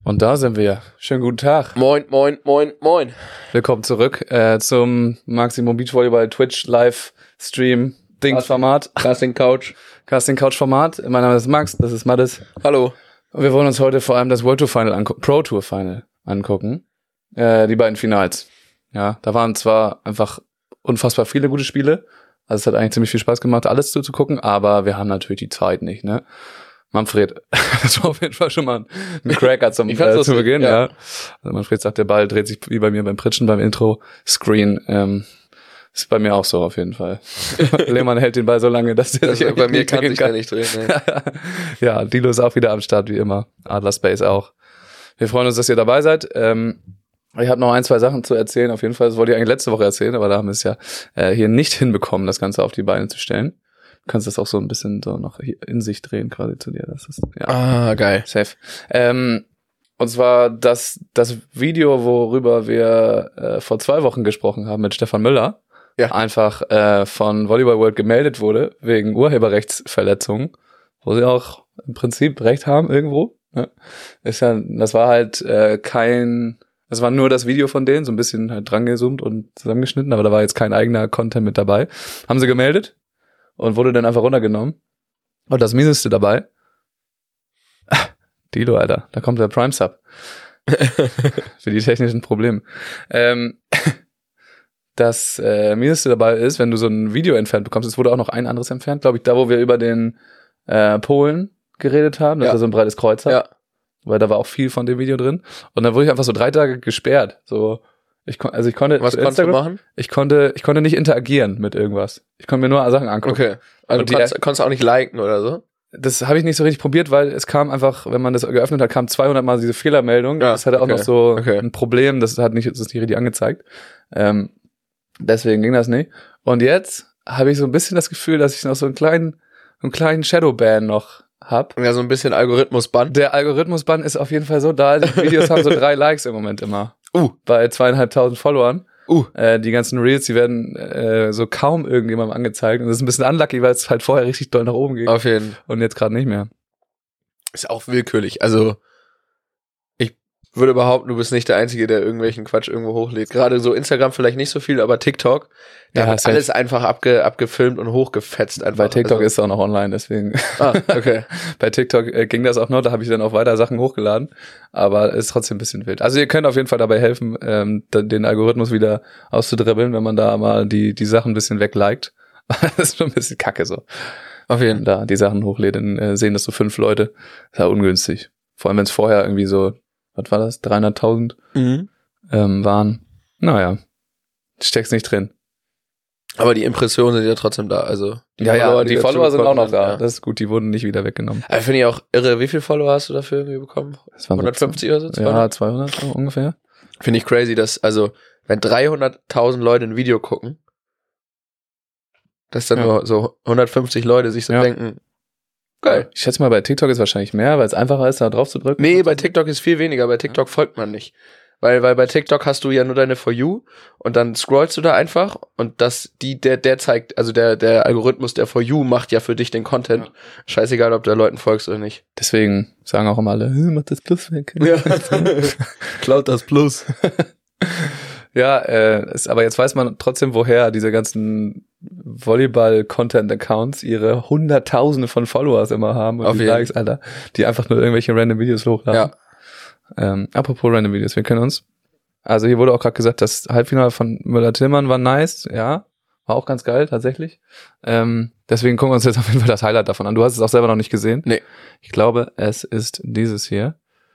Und da sind wir. Schönen guten Tag. Moin, moin, moin, moin. Willkommen zurück zum Maximum Beachvolleyball Twitch Livestream Dingsformat. Casting Couch. Casting Couch Format. Mein Name ist Max, das ist Mattes. Hallo. Und wir wollen uns heute vor allem das World Tour Final Pro Tour Final angucken. Die beiden Finals. Ja, da waren zwar einfach unfassbar viele gute Spiele. Also es hat eigentlich ziemlich viel Spaß gemacht, alles zuzugucken, aber wir haben natürlich die Zeit nicht, ne? Manfred, das war auf jeden Fall schon mal ein Cracker zum Beginn, ja. Also Manfred sagt, der Ball dreht sich wie bei mir beim Pritschen, beim Intro-Screen. Ist bei mir auch so auf jeden Fall. Lehmann hält den Ball so lange, dass der sich bei mir kann sich da nicht drehen. Ne? Ja, Dilo ist auch wieder am Start, wie immer. Adler Space auch. Wir freuen uns, dass ihr dabei seid. Ich habe noch ein, zwei Sachen zu erzählen. Auf jeden Fall, das wollte ich eigentlich letzte Woche erzählen, aber da haben wir es ja hier nicht hinbekommen, das Ganze auf die Beine zu stellen. Du kannst das auch so ein bisschen so noch in sich drehen, quasi zu dir. Das ist, ja. Ah, geil. Safe. Und zwar das Video, worüber wir vor 2 Wochen gesprochen haben mit Stefan Müller, einfach von Volleyball World gemeldet wurde, wegen Urheberrechtsverletzungen, wo sie auch im Prinzip recht haben irgendwo. Ne? Das war halt das war nur das Video von denen, so ein bisschen halt dran gezoomt und zusammengeschnitten, aber da war jetzt kein eigener Content mit dabei. Haben sie gemeldet und wurde dann einfach runtergenommen. Und das Mieseste dabei, Dilo, Alter, da kommt der Prime-Sub. Für die technischen Probleme. Das Mieseste dabei ist, wenn du so ein Video entfernt bekommst, es wurde auch noch ein anderes entfernt, glaube ich, da wo wir über den Polen geredet haben, dass er so ein breites Kreuz hat. Ja. Weil da war auch viel von dem Video drin. Und dann wurde ich einfach so 3 Tage gesperrt. So, ich konnte. Was konntest du machen? Ich konnte nicht interagieren mit irgendwas. Ich konnte mir nur Sachen angucken. Okay. Also du konntest auch nicht liken oder so? Das habe ich nicht so richtig probiert, weil es kam einfach, wenn man das geöffnet hat, kam 200 Mal diese Fehlermeldung. Ja, das hatte auch noch so ein Problem, das ist nicht richtig angezeigt. Deswegen ging das nicht. Und jetzt habe ich so ein bisschen das Gefühl, dass ich noch so einen kleinen Shadowban noch hab. Ja, so ein bisschen Algorithmus-Bann. Der Algorithmus-Bann ist auf jeden Fall so da. Die Videos haben so 3 Likes im Moment immer. Bei 2.500 Followern. Die ganzen Reels, die werden so kaum irgendjemandem angezeigt. Und das ist ein bisschen unlucky, weil es halt vorher richtig doll nach oben ging. Auf jeden. Und jetzt gerade nicht mehr. Ist auch willkürlich. Also ich würde behaupten, du bist nicht der Einzige, der irgendwelchen Quatsch irgendwo hochlädt. Gerade so Instagram vielleicht nicht so viel, aber TikTok, da wird alles einfach abgefilmt und hochgefetzt. Einfach. Bei TikTok ist es auch noch online, deswegen. Okay. Bei TikTok ging das auch noch, da habe ich dann auch weiter Sachen hochgeladen, aber ist trotzdem ein bisschen wild. Also ihr könnt auf jeden Fall dabei helfen, den Algorithmus wieder auszudribbeln, wenn man da mal die Sachen ein bisschen wegliked. Das ist schon ein bisschen kacke so. Auf jeden Fall. Da die Sachen hochlädt, dann sehen das so 5 Leute. Das ist ja ungünstig. Vor allem, wenn es vorher irgendwie so, was war das, 300.000 waren. Naja, steck's nicht drin. Aber die Impressionen sind ja trotzdem da, also. Die Follower sind auch noch da. Ja. Das ist gut, die wurden nicht wieder weggenommen. Also finde ich auch irre. Wie viele Follower hast du dafür irgendwie bekommen? Das waren 150 oder so? 200? Ja, 200 ungefähr. Finde ich crazy, dass, also, wenn 300.000 Leute ein Video gucken, dass dann nur so 150 Leute sich so denken, geil. Ich schätze mal, bei TikTok ist wahrscheinlich mehr, weil es einfacher ist, da drauf zu drücken. Nee, bei TikTok ist viel weniger. Bei TikTok folgt man nicht. Weil bei TikTok hast du ja nur deine For You und dann scrollst du da einfach und der zeigt, also der Algorithmus der For You macht ja für dich den Content. Ja. Scheißegal, ob du Leuten folgst oder nicht. Deswegen sagen auch immer alle, mach das Plus weg. Ja. Klaut das Plus. Ja, aber jetzt weiß man trotzdem, woher diese ganzen Volleyball-Content-Accounts ihre Hunderttausende von Followers immer haben und auf die Likes, Alter, die einfach nur irgendwelche random Videos hochladen. Ja. Apropos random Videos, wir können uns, also hier wurde auch gerade gesagt, das Halbfinale von Müller-Tillmann war nice, ja, war auch ganz geil, tatsächlich. Deswegen gucken wir uns jetzt auf jeden Fall das Highlight davon an. Du hast es auch selber noch nicht gesehen. Nee. Ich glaube, es ist dieses hier.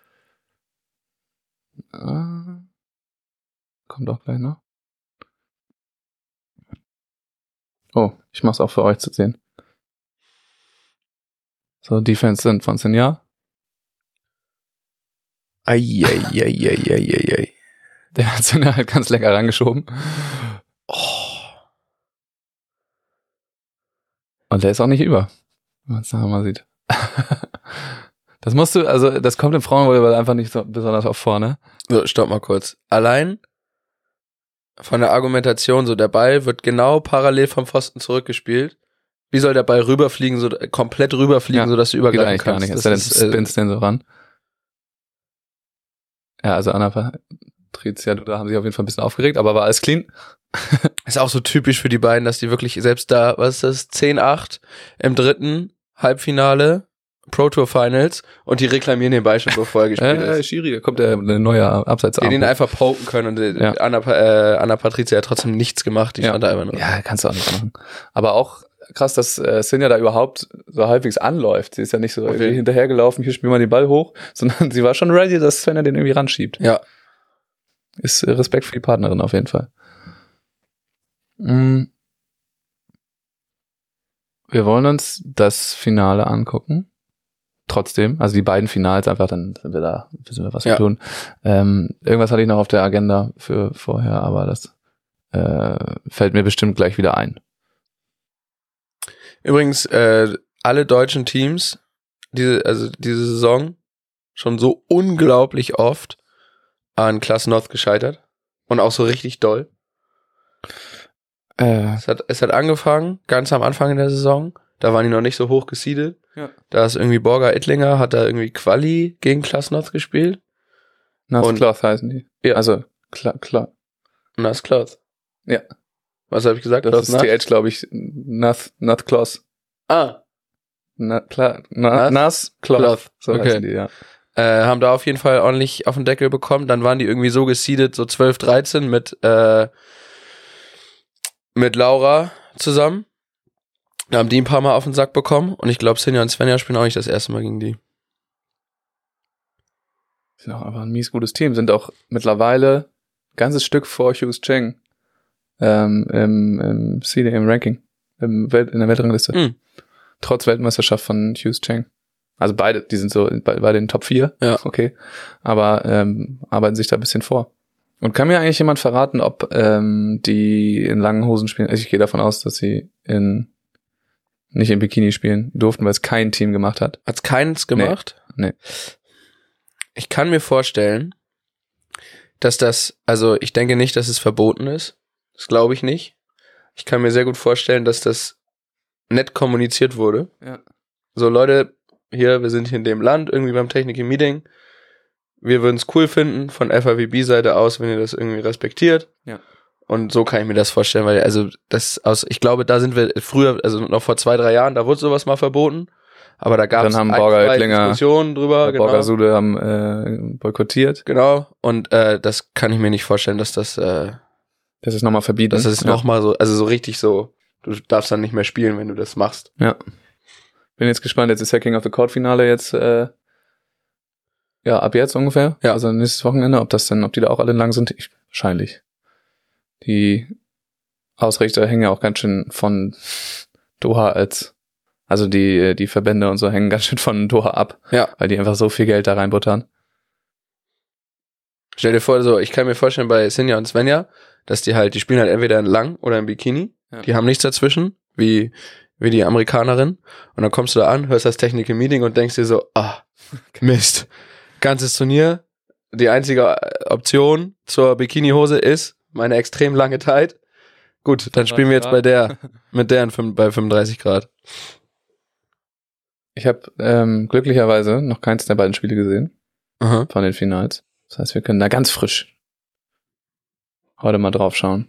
Kommt auch gleich noch. Oh, ich mach's auch für euch zu sehen. So, Defense sind von Senja. Ei. Der hat Senja halt ganz lecker rangeschoben. Und der ist auch nicht über. Wenn man es nachher mal sieht. Das musst du, also das kommt im Frauenvolleyball einfach nicht so besonders auf vorne. So, stopp mal kurz. Allein von der Argumentation, so der Ball wird genau parallel vom Pfosten zurückgespielt. Wie soll der Ball rüberfliegen, so komplett rüberfliegen, so dass du übergreifen kannst? Geht eigentlich gar nicht. Dann spinnst du den so ran. Ja, also Anna Patricia, da haben sich auf jeden Fall ein bisschen aufgeregt, aber war alles clean. Ist auch so typisch für die beiden, dass die wirklich selbst da, was ist das, 10-8 im dritten Halbfinale, Pro Tour Finals und die reklamieren den Ball schon, bevor er gespielt ist. Schiri, da kommt der neue Abseitsarm. Die den einfach poken können und Anna Patricia hat trotzdem nichts gemacht, die stand da einfach nur. Ja, kannst du auch nicht machen. Aber auch krass, dass Sinja da überhaupt so halbwegs anläuft. Sie ist ja nicht so irgendwie hinterhergelaufen, hier spielen wir den Ball hoch, sondern sie war schon ready, dass Svenja den irgendwie ranschiebt. Ja. Ist Respekt für die Partnerin auf jeden Fall. Wir wollen uns das Finale angucken. Trotzdem, also die beiden Finals einfach, dann sind wir da, wissen wir, was wir tun. Irgendwas hatte ich noch auf der Agenda für vorher, aber das fällt mir bestimmt gleich wieder ein. Übrigens, alle deutschen Teams, diese Saison schon so unglaublich oft an Class North gescheitert und auch so richtig doll. Es hat angefangen, ganz am Anfang in der Saison, da waren die noch nicht so hoch gesiedelt. Ja. Da ist irgendwie Borger Ittlinger, hat da irgendwie Quali gegen Class North gespielt. Nascloth heißen die. Ja. Also, klar. Nascloth. Ja. Was habe ich gesagt? Das ist TH, glaube ich, Nascloth. Ah. Nascloth. So okay. heißen die, ja. Haben da auf jeden Fall ordentlich auf den Deckel bekommen. Dann waren die irgendwie so gesiedet, so 12-13 mit Laura zusammen. Da haben die ein paar Mal auf den Sack bekommen. Und ich glaube, Sinja und Svenja spielen auch nicht das erste Mal gegen die. Sind auch einfach ein mies gutes Team. Sind auch mittlerweile ein ganzes Stück vor Hughes Cheng im Seeding, im Ranking. In der Weltrangliste. Mhm. Trotz Weltmeisterschaft von Hughes Cheng. Also beide, die sind so bei den Top 4. Ja. Okay. Aber arbeiten sich da ein bisschen vor. Und kann mir eigentlich jemand verraten, ob die in langen Hosen spielen? Also ich gehe davon aus, dass sie nicht in Bikini spielen durften, weil es kein Team gemacht hat. Hat's keins gemacht? Nee. Ich kann mir vorstellen, dass also ich denke nicht, dass es verboten ist. Das glaube ich nicht. Ich kann mir sehr gut vorstellen, dass das nett kommuniziert wurde. Ja. So, Leute, wir sind hier in dem Land, irgendwie beim Technik-Meeting. Wir würden es cool finden, von FAWB-Seite aus, wenn ihr das irgendwie respektiert. Ja. Und so kann ich mir das vorstellen, weil ich glaube, da sind wir früher, also noch vor 2-3 Jahren, da wurde sowas mal verboten. Aber da gab es Diskussionen drüber. Borger Sude haben boykottiert. Genau. Und das kann ich mir nicht vorstellen, dass das ist nochmal verbieten. Das ist nochmal so, also so richtig so, du darfst dann nicht mehr spielen, wenn du das machst. Ja. Bin jetzt gespannt, jetzt ist ja King of the Court Finale jetzt, ab jetzt ungefähr. Ja. Also nächstes Wochenende, ob die da auch alle lang sind? Wahrscheinlich. Die Ausrichter hängen ja auch ganz schön von Doha also die Verbände und so hängen ganz schön von Doha ab. Ja. Weil die einfach so viel Geld da reinbuttern. Stell dir vor, so, ich kann mir vorstellen bei Sinja und Svenja, dass die spielen halt entweder in lang oder in Bikini. Ja. Die haben nichts dazwischen, wie die Amerikanerin. Und dann kommst du da an, hörst das Technical Meeting und denkst dir so, Mist. Ganzes Turnier, die einzige Option zur Bikinihose ist meine extrem lange Zeit. Gut, dann spielen wir jetzt bei bei 35 Grad. Ich habe glücklicherweise noch keins der beiden Spiele gesehen. Aha. Von den Finals. Das heißt, wir können da ganz frisch heute mal drauf schauen.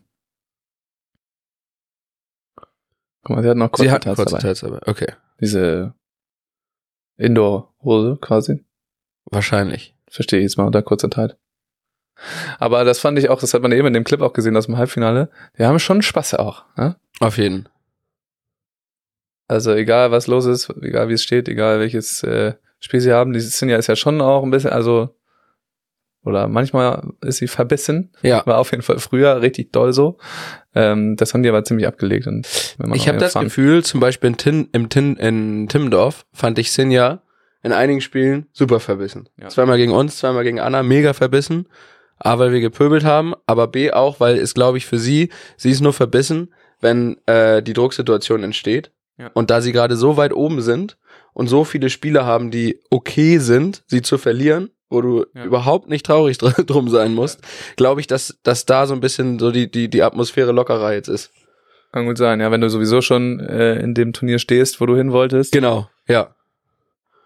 Guck mal, sie hatten noch kurze Teils dabei. Okay. Diese Indoor-Hose quasi. Wahrscheinlich. Verstehe ich jetzt mal unter kurzer Zeit. Aber das fand ich auch, das hat man eben in dem Clip auch gesehen aus dem Halbfinale. Die haben schon Spaß auch. Ne? Auf jeden. Also egal, was los ist, egal wie es steht, egal welches Spiel sie haben, die Sinja ist ja schon auch ein bisschen, oder manchmal ist sie verbissen. Ja. War auf jeden Fall früher richtig doll so. Das haben die aber ziemlich abgelegt. Und ich habe das Gefühl, zum Beispiel in Timmendorf fand ich Sinja in einigen Spielen super verbissen. Ja. Zweimal gegen uns, zweimal gegen Anna, mega verbissen. A, weil wir gepöbelt haben, aber B auch, weil es, glaube ich, für sie ist nur verbissen, wenn die Drucksituation entsteht. Ja. Und da sie gerade so weit oben sind und so viele Spieler haben, die okay sind, sie zu verlieren, wo du überhaupt nicht traurig drum sein musst, glaube ich, dass da so ein bisschen so die Atmosphäre lockerer jetzt ist. Kann gut sein, ja, wenn du sowieso schon in dem Turnier stehst, wo du hin wolltest. Genau, ja.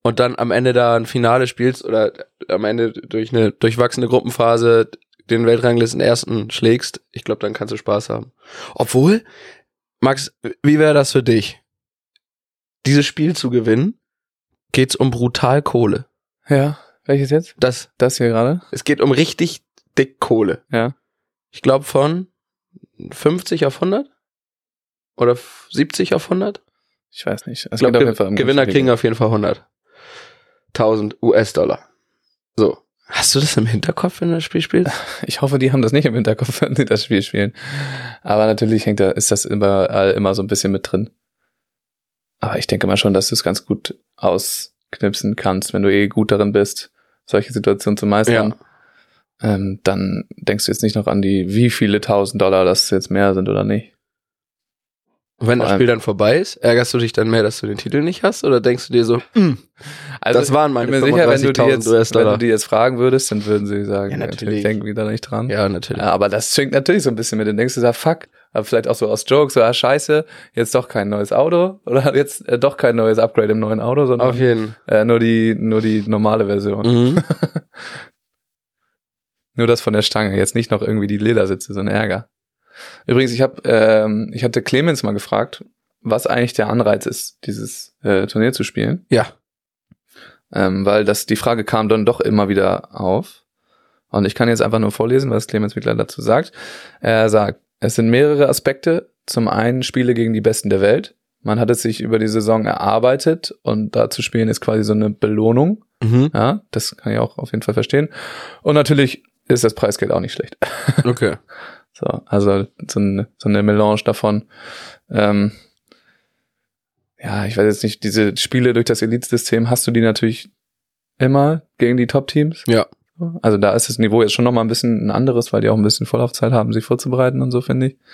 und dann am Ende da ein Finale spielst oder am Ende durch eine durchwachsene Gruppenphase den Weltranglisten ersten schlägst, ich glaube, dann kannst du Spaß haben. Obwohl, Max, wie wäre das für dich? Dieses Spiel zu gewinnen, geht's um brutal Kohle. Ja, welches jetzt? Das hier gerade? Es geht um richtig dick Kohle. Ja. Ich glaube von 50 auf 100? Oder 70 auf 100? Ich weiß nicht. Ich glaube, Gewinner kriegen auf jeden Fall 100.000 US-Dollar. So. Hast du das im Hinterkopf, wenn du das Spiel spielst? Ich hoffe, die haben das nicht im Hinterkopf, wenn sie das Spiel spielen. Aber natürlich ist das immer so ein bisschen mit drin. Aber ich denke mal schon, dass du es ganz gut ausknipsen kannst, wenn du gut darin bist, solche Situationen zu meistern. Ja. Dann denkst du jetzt nicht noch an wie viele $1.000 das jetzt mehr sind oder nicht. Und wenn das Spiel dann vorbei ist, ärgerst du dich dann mehr, dass du den Titel nicht hast? Oder denkst du dir so, also das waren meine 35.000 US-Dollar. Wenn du die jetzt fragen würdest, dann würden sie sagen, ja, natürlich denken wir da nicht dran. Ja, natürlich. Aber das schwingt natürlich so ein bisschen mit. Dann denkst du da, fuck, aber vielleicht auch so aus Jokes, so, scheiße, jetzt doch kein neues Auto oder jetzt doch kein neues Upgrade im neuen Auto, sondern auf jeden. Nur die normale Version. Mhm. Nur das von der Stange, jetzt nicht noch irgendwie die Ledersitze, so ein Ärger. Übrigens, ich hatte Clemens mal gefragt, was eigentlich der Anreiz ist, dieses Turnier zu spielen. Ja. Weil die Frage kam dann doch immer wieder auf. Und ich kann jetzt einfach nur vorlesen, was Clemens Wickler dazu sagt. Er sagt, es sind mehrere Aspekte. Zum einen Spiele gegen die Besten der Welt. Man hat es sich über die Saison erarbeitet und da zu spielen ist quasi so eine Belohnung. Mhm. Ja, das kann ich auch auf jeden Fall verstehen. Und natürlich ist das Preisgeld auch nicht schlecht. Okay. So, also so eine Melange davon. Ja, ich weiß jetzt nicht, diese Spiele durch das Elite-System hast du die natürlich immer gegen die Top-Teams. Ja. Also da ist das Niveau jetzt schon nochmal ein bisschen ein anderes, weil die auch ein bisschen Vorlaufzeit haben, sich vorzubereiten und so, finde ich.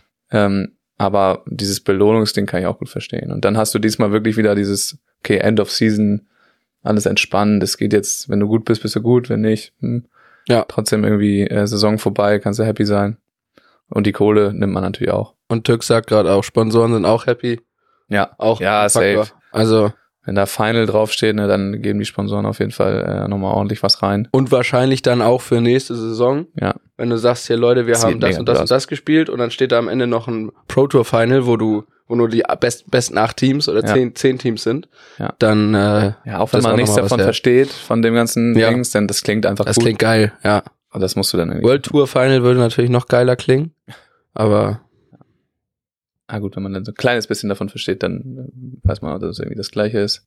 Aber dieses Belohnungsding kann ich auch gut verstehen. Und dann hast du diesmal wirklich wieder dieses, okay, End of Season, alles entspannt, es geht jetzt, wenn du gut bist, bist du gut, wenn nicht, ja, trotzdem irgendwie Saison vorbei, kannst du happy sein. Und die Kohle nimmt man natürlich auch. Und Türk sagt gerade auch, Sponsoren sind auch happy. Ja, auch ja, safe. Also wenn da Final draufsteht, ne, dann geben die Sponsoren auf jeden Fall nochmal ordentlich was rein. Und wahrscheinlich dann auch für nächste Saison. Ja. Wenn du sagst, hier Leute, wir haben das und das und das gespielt und dann steht da am Ende noch ein Pro Tour Final, wo nur die besten 8 Teams oder 10 Teams sind, dann ja, auch wenn man nichts davon versteht, von dem ganzen Dings, denn das klingt einfach das gut. Das klingt geil, ja. Und das musst du dann irgendwie. World Tour Final würde natürlich noch geiler klingen, aber gut, wenn man dann so ein kleines bisschen davon versteht, dann weiß man auch, dass es irgendwie das Gleiche ist.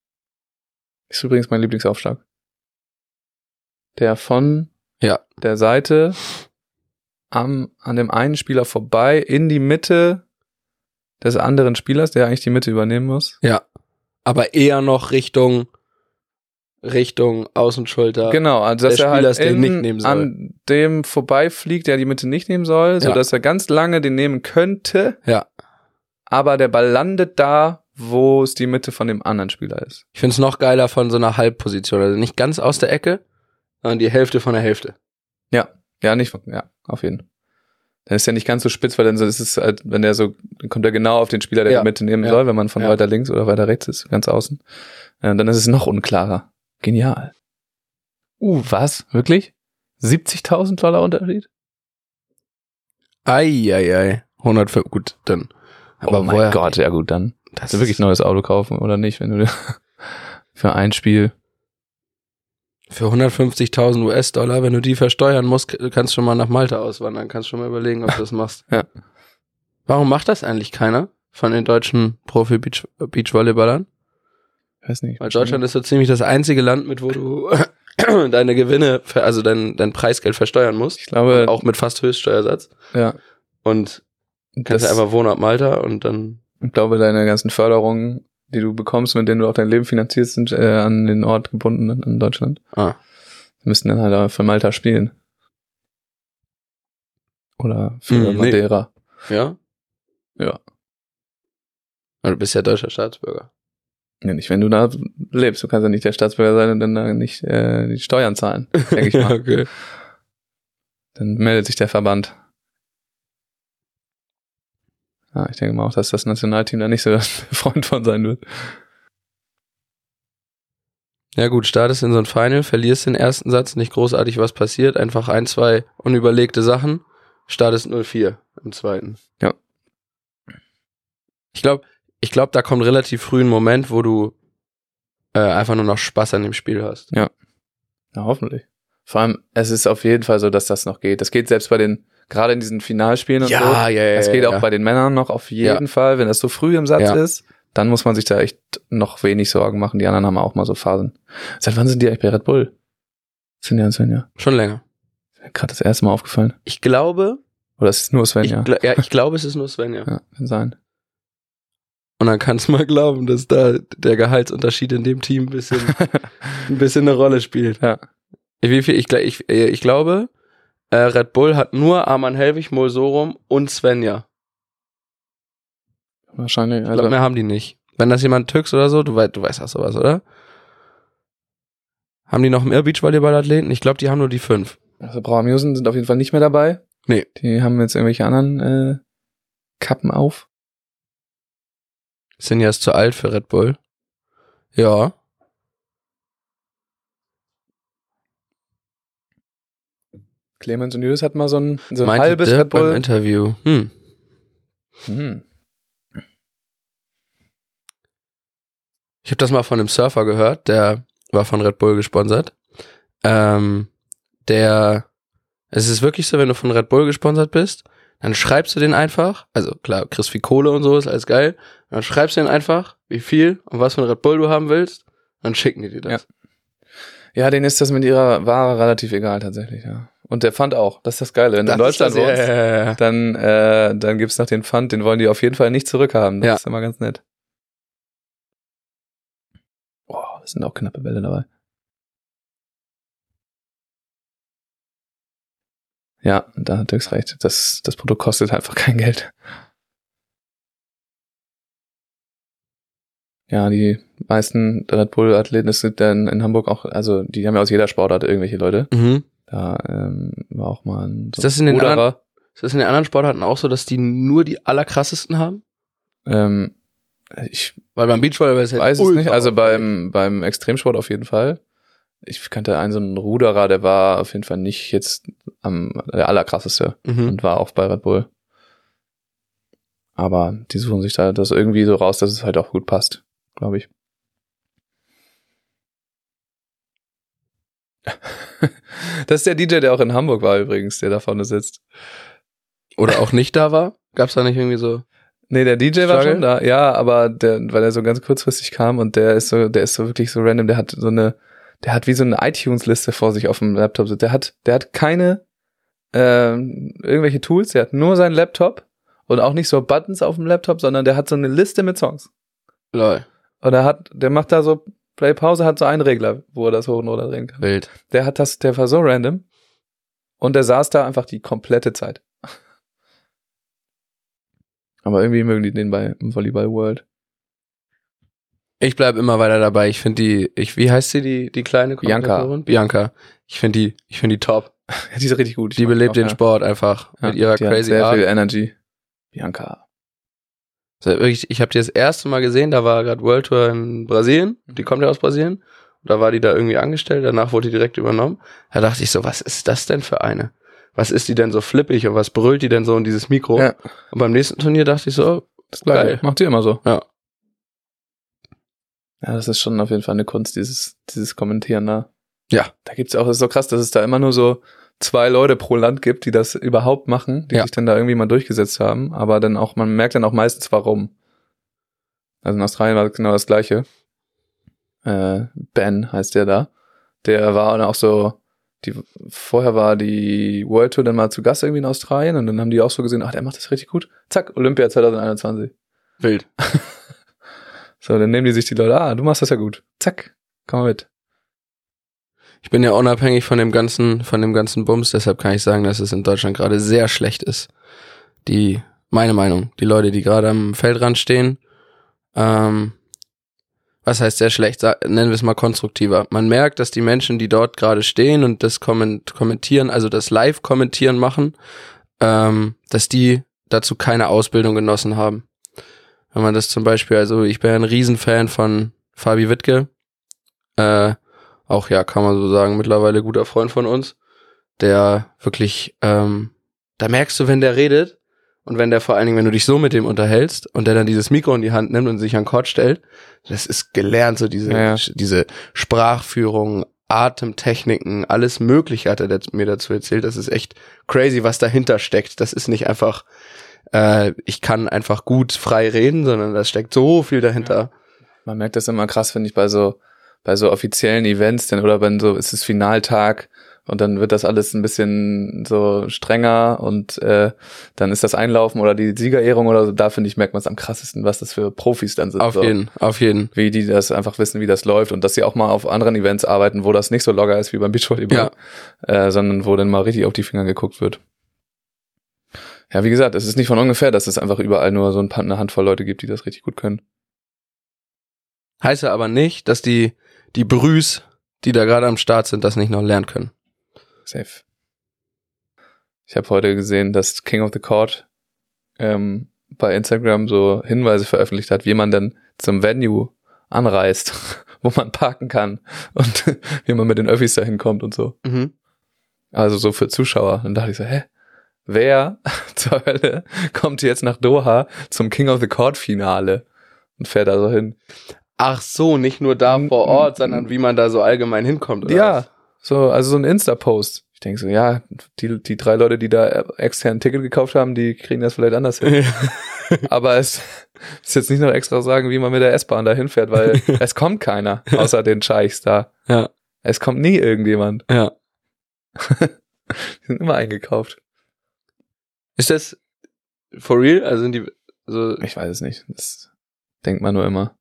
Ist übrigens mein Lieblingsaufschlag. Der von der Seite an dem einen Spieler vorbei in die Mitte des anderen Spielers, der eigentlich die Mitte übernehmen muss. Ja, aber eher noch Richtung Außenschulter. Genau, also dass der er Spieler halt den nicht nehmen soll. An dem vorbeifliegt, der die Mitte nicht nehmen soll, sodass er ganz lange den nehmen könnte. Ja. Aber der Ball landet da, wo es die Mitte von dem anderen Spieler ist. Ich finde es noch geiler von so einer Halbposition, also nicht ganz aus der Ecke, sondern die Hälfte von der Hälfte. Auf jeden Fall. Dann ist er nicht ganz so spitz, weil dann ist es halt, wenn der so, dann kommt er genau auf den Spieler, der die Mitte nehmen soll, wenn man von weiter links oder weiter rechts ist, ganz außen. Dann ist es noch unklarer. Genial. Was? Wirklich? $70.000 Unterschied? Ei. 105, gut, dann. Aber mein Gott, ja gut, dann. Hast du wirklich ein neues Auto kaufen oder nicht, wenn du für ein Spiel. Für 150.000 US-Dollar, wenn du die versteuern musst, kannst du schon mal nach Malta auswandern, kannst schon mal überlegen, ob du das machst. Ja. Warum macht das eigentlich keiner von den deutschen Profi-Beachvolleyballern? Weiß nicht. Weil Deutschland ist so ziemlich das einzige Land, wo du deine Gewinne, also dein Preisgeld versteuern musst. Ich glaube. Auch mit fast Höchststeuersatz. Ja. Und kannst du einfach wohnen ab Malta und dann. Ich glaube, deine ganzen Förderungen, die du bekommst, mit denen du auch dein Leben finanzierst, sind an den Ort gebunden in Deutschland. Die müssten dann halt für Malta spielen. Oder für Madeira. Ja? Ja. Aber du bist ja deutscher Staatsbürger. Ja, nicht, wenn du da lebst. Du kannst ja nicht der Staatsbürger sein und dann da nicht die Steuern zahlen, denke ich mal. Okay. Dann meldet sich der Verband. Ja, ich denke mal auch, dass das Nationalteam da nicht so der Freund von sein wird. Ja gut, startest in so ein Final, verlierst den ersten Satz, nicht großartig was passiert, einfach 1, 2 unüberlegte Sachen, startest 0-4 im zweiten. Ja. Ich glaube, da kommt relativ früh ein Moment, wo du einfach nur noch Spaß an dem Spiel hast. Ja, hoffentlich. Vor allem, es ist auf jeden Fall so, dass das noch geht. Das geht selbst bei den, gerade in diesen Finalspielen und so. Ja. Es geht auch bei den Männern noch auf jeden Fall. Wenn das so früh im Satz ist, dann muss man sich da echt noch wenig Sorgen machen. Die anderen haben auch mal so Phasen. Seit wann sind die eigentlich bei Red Bull? Svenja und Svenja. Schon länger. Gerade das erste Mal aufgefallen. Ich glaube. Oder ist es nur Svenja? Ich glaube, es ist nur Svenja. Ja, kann sein. Und dann kannst du mal glauben, dass da der Gehaltsunterschied in dem Team ein bisschen eine Rolle spielt. Ja. Ich glaube, Red Bull hat nur Arman Helwig, Molsorum und Svenja. Wahrscheinlich. Ich glaube, mehr haben die nicht. Wenn das jemand Türks oder so, du weißt auch sowas, oder? Haben die noch mehr Beachvolleyball-Athleten? Ich glaube, die haben nur die 5. Also Brauermusen sind auf jeden Fall nicht mehr dabei. Nee. Die haben jetzt irgendwelche anderen Kappen auf. Sind ja zu alt für Red Bull. Ja. Clemens und Julius hatten mal so ein Meinte halbes Dirk Red Bull. beim Interview. Ich habe das mal von einem Surfer gehört, der war von Red Bull gesponsert. Es ist wirklich so, wenn du von Red Bull gesponsert bist, dann schreibst du den einfach, also klar, kriegst viel Kohle und so, ist alles geil, dann schreibst du den einfach, wie viel und was für ein Red Bull du haben willst, dann schicken die dir das. Ja, denen ist das mit ihrer Ware relativ egal tatsächlich, ja. Und der Pfand auch, das ist das Geile. Wenn du in Deutschland wohnst, dann gibt's noch den Pfand, den wollen die auf jeden Fall nicht zurückhaben. Das ist immer ganz nett. Boah, das sind auch knappe Bälle dabei. Ja, da hat Dirks recht. Das Produkt kostet einfach kein Geld. Ja, die meisten Red Bull-Athleten, das sind dann in Hamburg auch, also die haben ja aus jeder Sportart irgendwelche Leute. Mhm. Da war auch mal ein ist das in den anderen Sportarten auch so, dass die nur die allerkrassesten haben? Weil beim Beachvolleyball ist weiß es nicht. Also beim Extremsport auf jeden Fall. Ich kannte einen so einen Ruderer, der war auf jeden Fall nicht jetzt der allerkrasseste und war auch bei Red Bull. Aber die suchen sich da das irgendwie so raus, dass es halt auch gut passt, glaube ich. Das ist der DJ, der auch in Hamburg war übrigens, der da vorne sitzt. Oder auch nicht da war? Gab's da nicht irgendwie so? Nee, der DJ war schon da, ja, aber weil er so ganz kurzfristig kam und der ist so wirklich so random, der hat wie so eine iTunes-Liste vor sich auf dem Laptop. Der hat keine irgendwelche Tools, der hat nur seinen Laptop und auch nicht so Buttons auf dem Laptop, sondern der hat so eine Liste mit Songs. Lol. Und der macht da so Play-Pause, hat so einen Regler, wo er das hoch und runter drehen kann. Wild. Der war so random und der saß da einfach die komplette Zeit. Aber irgendwie mögen die den bei Volleyball World. Ich bleib immer weiter dabei. Ich finde wie heißt sie, die kleine Bianca. Bianca. Ich finde die top. Ja, die ist richtig gut. Die belebt den Sport einfach mit ihrer crazy Art. Sehr Art. viel Energy. Bianca. Also wirklich, ich habe die das erste Mal gesehen, da war gerade World Tour in Brasilien. Die kommt ja aus Brasilien. Und da war die da irgendwie angestellt. Danach wurde die direkt übernommen. Da dachte ich so, was ist das denn für eine? Was ist die denn so flippig und was brüllt die denn so in dieses Mikro? Ja. Und beim nächsten Turnier dachte ich so, das geil. Macht die immer so. Ja. Ja, das ist schon auf jeden Fall eine Kunst, dieses Kommentieren da. Ja. Da gibt's auch, das ist so krass, dass es da immer nur so 2 Leute pro Land gibt, die das überhaupt machen, die sich dann da irgendwie mal durchgesetzt haben, aber dann auch, man merkt dann auch meistens warum. Also in Australien war genau das Gleiche. Ben heißt der da. Der war dann auch so, vorher war die World Tour dann mal zu Gast irgendwie in Australien und dann haben die auch so gesehen, ach, der macht das richtig gut. Zack, Olympia 2021. Wild. So, dann nehmen die sich die Leute, du machst das ja gut. Zack, komm mal mit. Ich bin ja unabhängig von dem ganzen Bums, deshalb kann ich sagen, dass es in Deutschland gerade sehr schlecht ist. Meine Meinung, die Leute, die gerade am Feldrand stehen, was heißt sehr schlecht? Nennen wir es mal konstruktiver. Man merkt, dass die Menschen, die dort gerade stehen und das kommentieren, also das Live-Kommentieren machen, dass die dazu keine Ausbildung genossen haben. Wenn man das zum Beispiel, also ich bin ein Riesenfan von Fabi Wittke, Auch ja, kann man so sagen, mittlerweile guter Freund von uns, der wirklich, da merkst du, wenn der redet und wenn der vor allen Dingen, wenn du dich so mit dem unterhältst und der dann dieses Mikro in die Hand nimmt und sich an Court stellt, das ist gelernt, so diese Sprachführung, Atemtechniken, alles Mögliche hat er mir dazu erzählt. Das ist echt crazy, was dahinter steckt. Das ist nicht einfach, ich kann einfach gut frei reden, sondern da steckt so viel dahinter. Ja. Man merkt das immer krass, finde ich, bei so offiziellen Events, denn oder wenn so ist es Finaltag und dann wird das alles ein bisschen so strenger und dann ist das Einlaufen oder die Siegerehrung oder so, da finde ich, merkt man es am krassesten, was das für Profis dann sind. Auf jeden. Wie die das einfach wissen, wie das läuft und dass sie auch mal auf anderen Events arbeiten, wo das nicht so locker ist wie beim Beachvolleyball, sondern wo dann mal richtig auf die Finger geguckt wird. Ja, wie gesagt, es ist nicht von ungefähr, dass es einfach überall nur so eine Handvoll Leute gibt, die das richtig gut können. Heißt ja aber nicht, dass die Brüs, die da gerade am Start sind, das nicht noch lernen können. Safe. Ich habe heute gesehen, dass King of the Court bei Instagram so Hinweise veröffentlicht hat, wie man denn zum Venue anreist, wo man parken kann und wie man mit den Öffis da hinkommt und so. Mhm. Also so für Zuschauer. Dann dachte ich so, wer zur Hölle kommt jetzt nach Doha zum King of the Court Finale und fährt da so hin? Ach so, nicht nur da vor Ort, sondern wie man da so allgemein hinkommt, oder? Ja, also so ein Insta-Post. Ich denke so, ja, die 3 Leute, die da extern ein Ticket gekauft haben, die kriegen das vielleicht anders hin. Aber es ist jetzt nicht noch extra sagen, wie man mit der S-Bahn da hinfährt, weil es kommt keiner, außer den Scheichs da. Ja. Es kommt nie irgendjemand. Ja. Die sind immer eingekauft. Ist das for real? Also sind die so? Ich weiß es nicht. Das denkt man nur immer.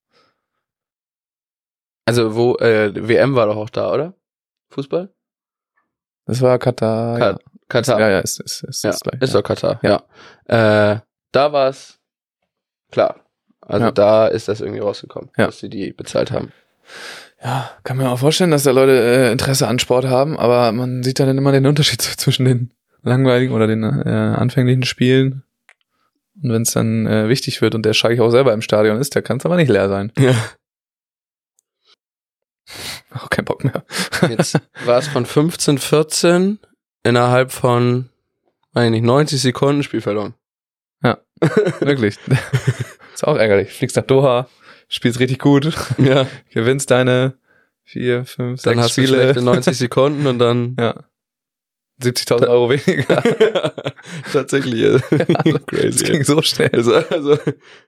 Also wo, WM war doch auch da, oder? Fußball? Das war Katar. Katar. Ja, ist ja, gleich. Ist Ja. doch Katar, ja. Da war's klar. Also da ist das irgendwie rausgekommen, dass sie die bezahlt haben. Ja, kann mir auch vorstellen, dass da Leute Interesse an Sport haben, aber man sieht da dann immer den Unterschied zwischen den langweiligen oder den anfänglichen Spielen. Und wenn es dann wichtig wird und der Scheich auch selber im Stadion ist, der kann es aber nicht leer sein. Ja. Auch kein Bock mehr. Jetzt war es von 15-14 innerhalb von, 90 Sekunden Spiel verloren. Ja, wirklich. Ist auch ärgerlich. Fliegst nach Doha, spielst richtig gut, gewinnst deine 4, 5, 6 dann hast Spiele. du schlechte 90 Sekunden und dann 70.000 Euro weniger. Tatsächlich. Also, crazy. Das ging so schnell. Also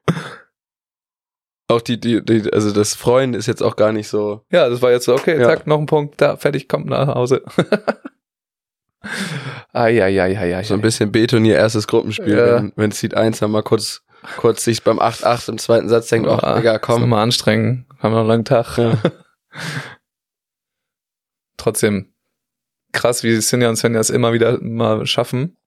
auch also das Freuen ist jetzt auch gar nicht so. Ja, das war jetzt so, okay, zack, noch ein Punkt, da, fertig, kommt nach Hause. So ein bisschen B-Turnier, ihr erstes Gruppenspiel, wenn Seed 1 dann mal kurz sich beim 8-8 im zweiten Satz denkt, Digga, komm. Mal anstrengen, haben wir noch einen langen Tag. Ja. Trotzdem krass, wie Sinja und Svenja es immer wieder mal schaffen,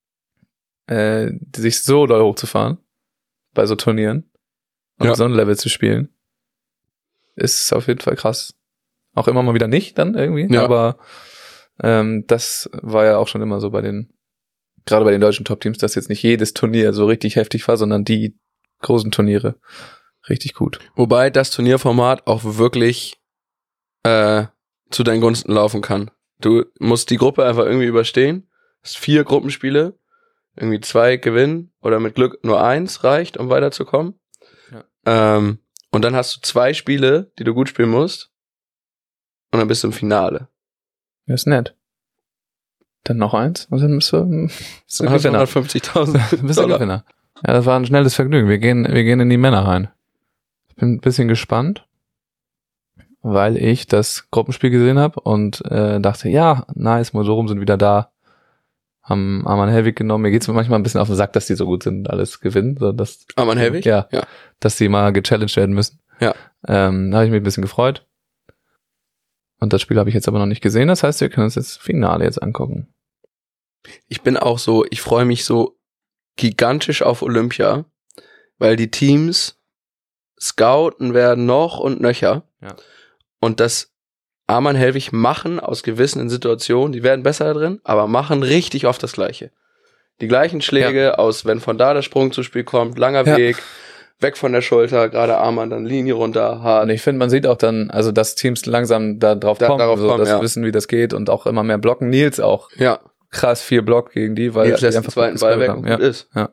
sich so doll hochzufahren bei so Turnieren und auf so einem Level zu spielen. Ist auf jeden Fall krass. Auch immer mal wieder nicht dann irgendwie, aber das war ja auch schon immer so gerade bei den deutschen Top-Teams, dass jetzt nicht jedes Turnier so richtig heftig war, sondern die großen Turniere richtig gut. Wobei das Turnierformat auch wirklich zu deinen Gunsten laufen kann. Du musst die Gruppe einfach irgendwie überstehen. Hast 4 Gruppenspiele, irgendwie 2 gewinnen oder mit Glück nur 1 reicht, um weiterzukommen. Ja. Und dann hast du 2 Spiele, die du gut spielen musst und dann bist du im Finale. Ja, ist nett. Dann noch 1 und dann bist du Gewinner. 150.000. Bist du Gewinner. Ja, das war ein schnelles Vergnügen. Wir gehen in die Männer rein. Ich bin ein bisschen gespannt, weil ich das Gruppenspiel gesehen habe und dachte, ja, nice, Mosorum sind wieder da. Haben Arman Helwig genommen. Mir geht's manchmal ein bisschen auf den Sack, dass die so gut sind und alles gewinnen. So, dass, Arman Helwig? Ja. Dass die mal gechallenged werden müssen. Ja. Da habe ich mich ein bisschen gefreut. Und das Spiel habe ich jetzt aber noch nicht gesehen. Das heißt, wir können uns das Finale jetzt angucken. Ich bin auch so, ich freue mich so gigantisch auf Olympia, weil die Teams scouten werden noch und nöcher. Ja. Und das Arman Helwig machen aus gewissen Situationen, die werden besser da drin, aber machen richtig oft das Gleiche. Die gleichen Schläge aus, wenn von da der Sprung zu Spiel kommt, langer Weg, weg von der Schulter, gerade Arm an dann Linie runter, hart. Und ich finde, man sieht auch dann, also dass Teams langsam darauf kommen, dass wissen, wie das geht und auch immer mehr blocken. Nils auch krass viel Block gegen die, weil Nils lässt den zweiten Ball weg und gut ist. Ja.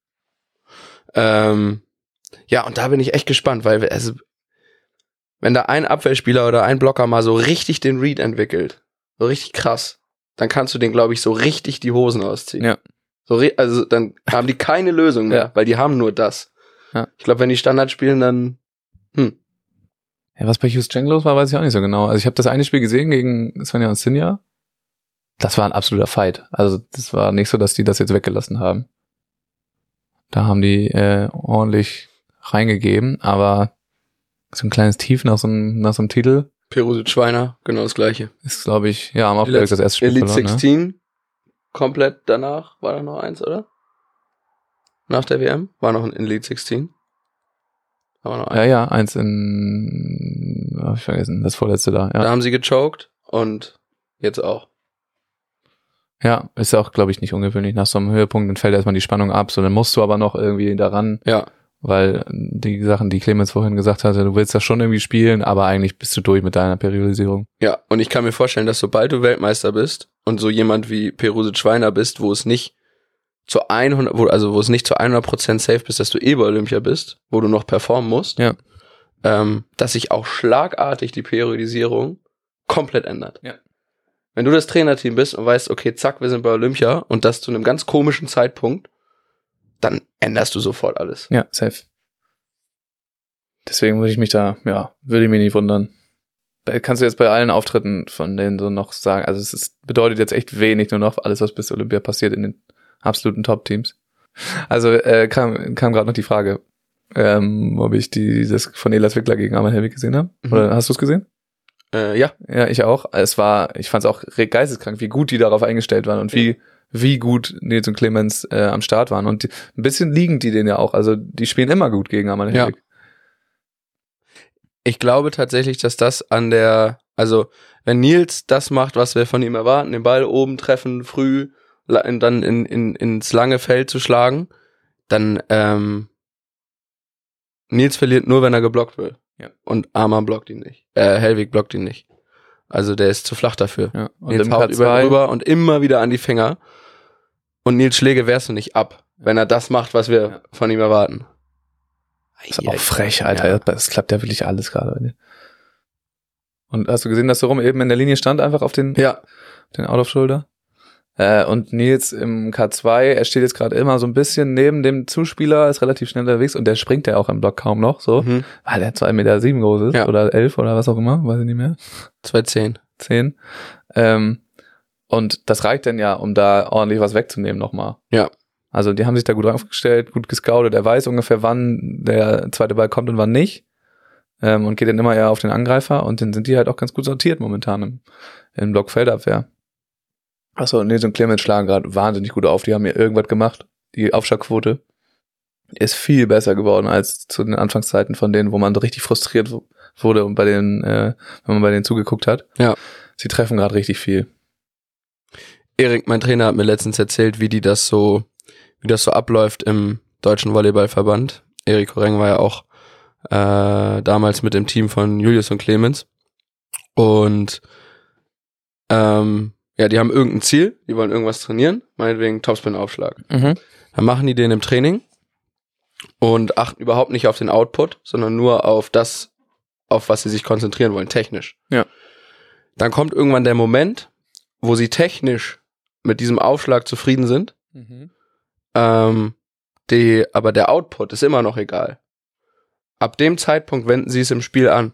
Ja, und da bin ich echt gespannt, weil wenn da ein Abwehrspieler oder ein Blocker mal so richtig den Read entwickelt, so richtig krass, dann kannst du den, glaube ich, so richtig die Hosen ausziehen. Ja. Also dann haben die keine Lösung mehr, weil die haben nur das. Ja. Ich glaube, wenn die Standard spielen, dann Ja, was bei Houston los war, weiß ich auch nicht so genau. Also ich habe das eine Spiel gesehen gegen Svenja und Sinja. Das war ein absoluter Fight. Also das war nicht so, dass die das jetzt weggelassen haben. Da haben die ordentlich reingegeben, aber so ein kleines Tief nach so einem Titel. Perusic Schweiner, genau das gleiche. Ist, glaube ich, haben auch das erste Spiel Elite verloren. 16, komplett danach, war da noch eins, oder? Nach der WM? War noch ein Elite 16? War noch eins. Ja, eins hab ich vergessen, das vorletzte da. Ja. Da haben sie gechoked und jetzt auch. Ja, ist auch, glaube ich, nicht ungewöhnlich. Nach so einem Höhepunkt dann fällt erstmal die Spannung ab, so dann musst du aber noch irgendwie daran. Ja. Weil die Sachen, die Clemens vorhin gesagt hatte, du willst das schon irgendwie spielen, aber eigentlich bist du durch mit deiner Periodisierung. Ja, und ich kann mir vorstellen, dass sobald du Weltmeister bist und so jemand wie Perusic Schweiner bist, wo es nicht zu 100% safe bist, dass du bei Olympia bist, wo du noch performen musst, dass sich auch schlagartig die Periodisierung komplett ändert. Ja. Wenn du das Trainerteam bist und weißt, okay, zack, wir sind bei Olympia und das zu einem ganz komischen Zeitpunkt, dann änderst du sofort alles. Ja, safe. Deswegen würde ich mich nicht wundern. Kannst du jetzt bei allen Auftritten von denen so noch sagen, also bedeutet jetzt echt wenig nur noch alles, was bis Olympia passiert in den absoluten Top-Teams. Also kam gerade noch die Frage, ob ich das von Elas Wickler gegen Arman Helwig gesehen habe. Oder hast du es gesehen? Ja. Ja, ich auch. Ich fand es auch geisteskrank, wie gut die darauf eingestellt waren und wie gut Nils und Clemens am Start waren. Und ein bisschen liegen die denen ja auch. Also die spielen immer gut gegen Arman Helwig. Ja. Ich glaube tatsächlich, dass das wenn Nils das macht, was wir von ihm erwarten, den Ball oben treffen, früh, dann ins lange Feld zu schlagen, dann Nils verliert nur, wenn er geblockt wird. Ja. Und Arman blockt ihn nicht. Helwig blockt ihn nicht. Also der ist zu flach dafür. Ja. Und Nils haut rüber und immer wieder an die Finger. Und Nils Schläge wehrst du nicht ab, wenn er das macht, was wir von ihm erwarten. Das ist auch frech, Alter. Ja. Das klappt ja wirklich alles gerade. Und hast du gesehen, dass Rom eben in der Linie stand, einfach auf den Out-of-Shoulder? Und Nils im K2, er steht jetzt gerade immer so ein bisschen neben dem Zuspieler, ist relativ schnell unterwegs und der springt ja auch im Block kaum noch, so, weil er 2,7 Meter groß ist, oder 11 oder was auch immer, weiß ich nicht mehr. 2,10. 10. Und das reicht dann ja, um da ordentlich was wegzunehmen nochmal. Ja. Also die haben sich da gut aufgestellt, gut gescoutet, er weiß ungefähr, wann der zweite Ball kommt und wann nicht. Und geht dann immer eher auf den Angreifer und dann sind die halt auch ganz gut sortiert momentan im Blockfeldabwehr. Achso, Nils und Clemens schlagen gerade wahnsinnig gut auf. Die haben hier irgendwas gemacht. Die Aufschlagquote ist viel besser geworden als zu den Anfangszeiten von denen, wo man richtig frustriert wurde und wenn man bei denen zugeguckt hat. Ja. Sie treffen gerade richtig viel. Erik, mein Trainer, hat mir letztens erzählt, wie das so abläuft im Deutschen Volleyballverband. Erik Horeng war ja auch damals mit dem Team von Julius und Clemens. Und die haben irgendein Ziel, die wollen irgendwas trainieren, meinetwegen Topspin-Aufschlag. Dann machen die den im Training und achten überhaupt nicht auf den Output, sondern nur auf das, auf was sie sich konzentrieren wollen, technisch. Ja. Dann kommt irgendwann der Moment, wo sie technisch mit diesem Aufschlag zufrieden sind, aber der Output ist immer noch egal. Ab dem Zeitpunkt wenden sie es im Spiel an.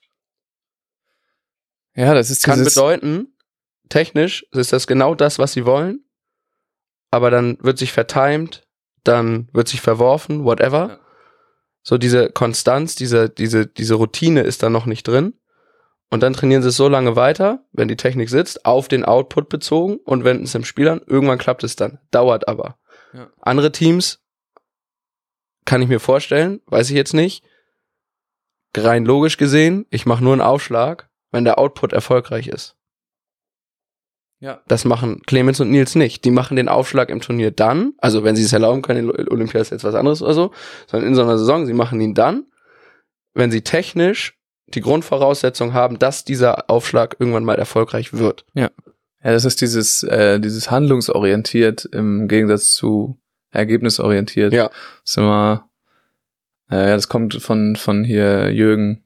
Ja, das ist kann bedeuten, technisch ist das genau das, was sie wollen, aber dann wird sich vertimed, dann wird sich verworfen, whatever. Ja. So diese Konstanz, diese Routine ist da noch nicht drin. Und dann trainieren sie es so lange weiter, wenn die Technik sitzt, auf den Output bezogen und wenden es im Spiel an. Irgendwann klappt es dann. Dauert aber. Ja. Andere Teams kann ich mir vorstellen, weiß ich jetzt nicht. Rein logisch gesehen, ich mache nur einen Aufschlag, wenn der Output erfolgreich ist. Ja. Das machen Clemens und Nils nicht. Die machen den Aufschlag im Turnier dann, also wenn sie es erlauben können, in Olympia ist jetzt was anderes oder so, sondern in so einer Saison, sie machen ihn dann, wenn sie technisch die Grundvoraussetzung haben, dass dieser Aufschlag irgendwann mal erfolgreich wird. Ja. Ja, das ist dieses handlungsorientiert im Gegensatz zu ergebnisorientiert. Ja. Das ist immer, das kommt von hier Jürgen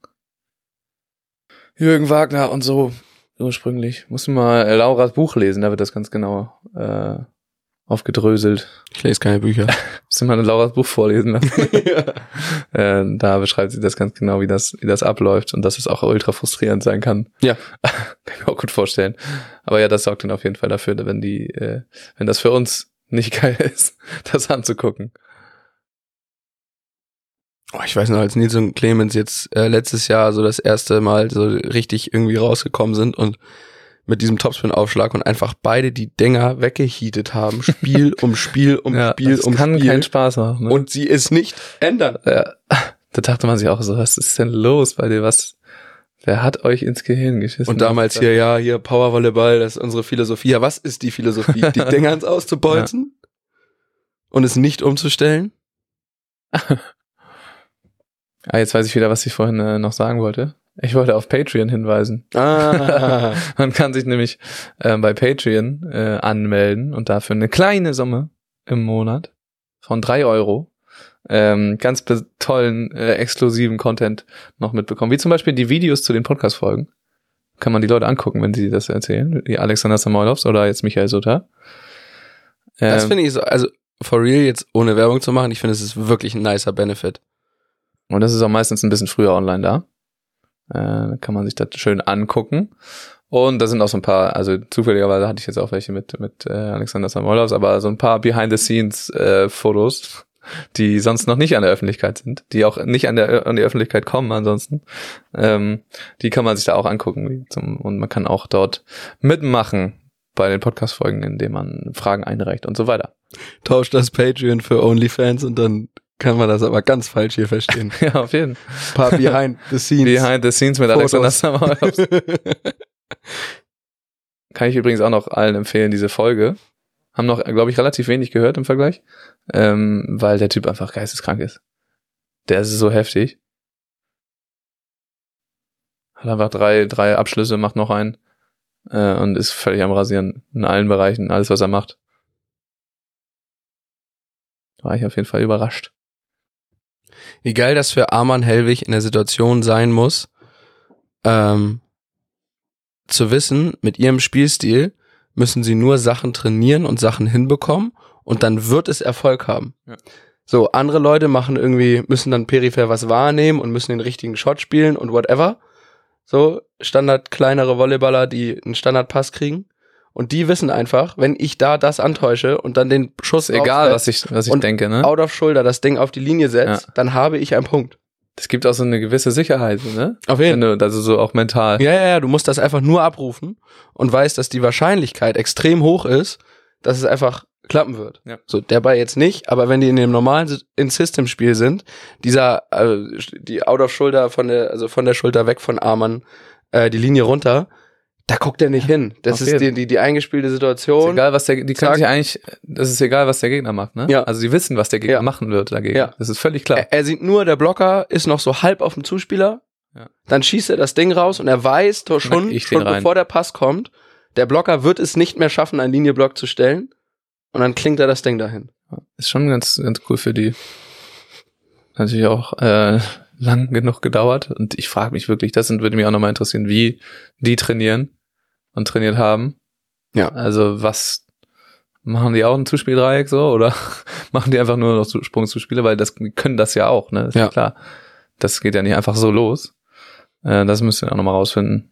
Wagner und so ursprünglich. Muss mal Lauras Buch lesen, da wird das ganz genau aufgedröselt. Ich lese keine Bücher. Muss mal Lauras Buch vorlesen lassen. Ja. Da beschreibt sie das ganz genau, wie das abläuft und dass es auch ultra frustrierend sein kann. Ja. Kann ich mir auch gut vorstellen. Aber ja, das sorgt dann auf jeden Fall dafür, wenn das für uns nicht geil ist, das anzugucken. Oh, ich weiß noch, als Nils und Clemens jetzt letztes Jahr so das erste Mal so richtig irgendwie rausgekommen sind und mit diesem Topspin-Aufschlag und einfach beide die Dinger weggeheatet haben. Spiel um Spiel um Spiel um kann Spiel. Keinen Spaß machen. Ne? Und sie es nicht ändern. Ja, da dachte man sich auch so, was ist denn los bei dir? Wer hat euch ins Gehirn geschissen? Und damals hier Powervolleyball, das ist unsere Philosophie. Ja, was ist die Philosophie? Die Dinger ins Auszubolzen und es nicht umzustellen? Jetzt weiß ich wieder, was ich vorhin noch sagen wollte. Ich wollte auf Patreon hinweisen. Man kann sich nämlich bei Patreon anmelden und dafür eine kleine Summe im Monat von 3 Euro ganz tollen, exklusiven Content noch mitbekommen. Wie zum Beispiel die Videos zu den Podcast-Folgen. Kann man die Leute angucken, wenn sie das erzählen. Die Alexander Samoilovs oder jetzt Michael Sutter. Das finde ich so, also for real jetzt ohne Werbung zu machen, ich finde, es ist wirklich ein nicer Benefit. Und das ist auch meistens ein bisschen früher online da. Da kann man sich das schön angucken. Und da sind auch so ein paar, also zufälligerweise hatte ich jetzt auch welche mit Alexander Samoilovs, aber so ein paar Behind-the-Scenes-Fotos, die sonst noch nicht an der Öffentlichkeit sind, die auch nicht an die Öffentlichkeit kommen ansonsten. Die kann man sich da auch angucken. Und man kann auch dort mitmachen bei den Podcast-Folgen, indem man Fragen einreicht und so weiter. Tauscht das Patreon für OnlyFans und dann kann man das aber ganz falsch hier verstehen. Ja, auf jeden Fall. Ein paar Behind-the-Scenes. Behind-the-Scenes mit Fotos. Alexander Samoilovs. Kann ich übrigens auch noch allen empfehlen, diese Folge. Haben noch, glaube ich, relativ wenig gehört im Vergleich, weil der Typ einfach geisteskrank ist. Der ist so heftig. Hat einfach drei Abschlüsse, macht noch einen und ist völlig am Rasieren in allen Bereichen, alles, was er macht. War ich auf jeden Fall überrascht. Wie geil das für Arman Hellwig in der Situation sein muss, zu wissen, mit ihrem Spielstil müssen sie nur Sachen trainieren und Sachen hinbekommen und dann wird es Erfolg haben. Ja. So, andere Leute müssen dann peripher was wahrnehmen und müssen den richtigen Shot spielen und whatever. So, kleinere Volleyballer, die einen Standardpass kriegen. Und die wissen einfach, wenn ich da das antäusche und dann den Schuss egal, was ich denke, ne? Out of Shoulder das Ding auf die Linie setzt, dann habe ich einen Punkt. Das gibt auch so eine gewisse Sicherheit, ne? Auf jeden Fall. Also so auch mental. Ja, du musst das einfach nur abrufen und weißt, dass die Wahrscheinlichkeit extrem hoch ist, dass es einfach klappen wird. Ja. So, der Ball jetzt nicht, aber wenn die in dem normalen In-System-Spiel sind, die Out of Shoulder von der Schulter weg von Arman, die Linie runter, da guckt er nicht hin. Das ist die eingespielte Situation. Ist egal, das ist egal, was der Gegner macht, ne? Ja. Also sie wissen, was der Gegner machen wird dagegen. Ja. Das ist völlig klar. Er sieht nur, der Blocker ist noch so halb auf dem Zuspieler. Ja. Dann schießt er das Ding raus und er weiß doch schon bevor der Pass kommt, der Blocker wird es nicht mehr schaffen, einen Linienblock zu stellen. Und dann klingt er das Ding dahin. Ist schon ganz, ganz cool für die. Natürlich auch lang genug gedauert. Und ich frage mich wirklich, würde mich auch nochmal interessieren, wie die trainieren und trainiert haben. Ja. Also was machen die auch ein Zuspieldreieck so oder machen die einfach nur noch Sprungzuspiele, weil die können das ja auch, ne? Ist ja klar. Das geht ja nicht einfach so los. Das müsst ihr auch nochmal rausfinden.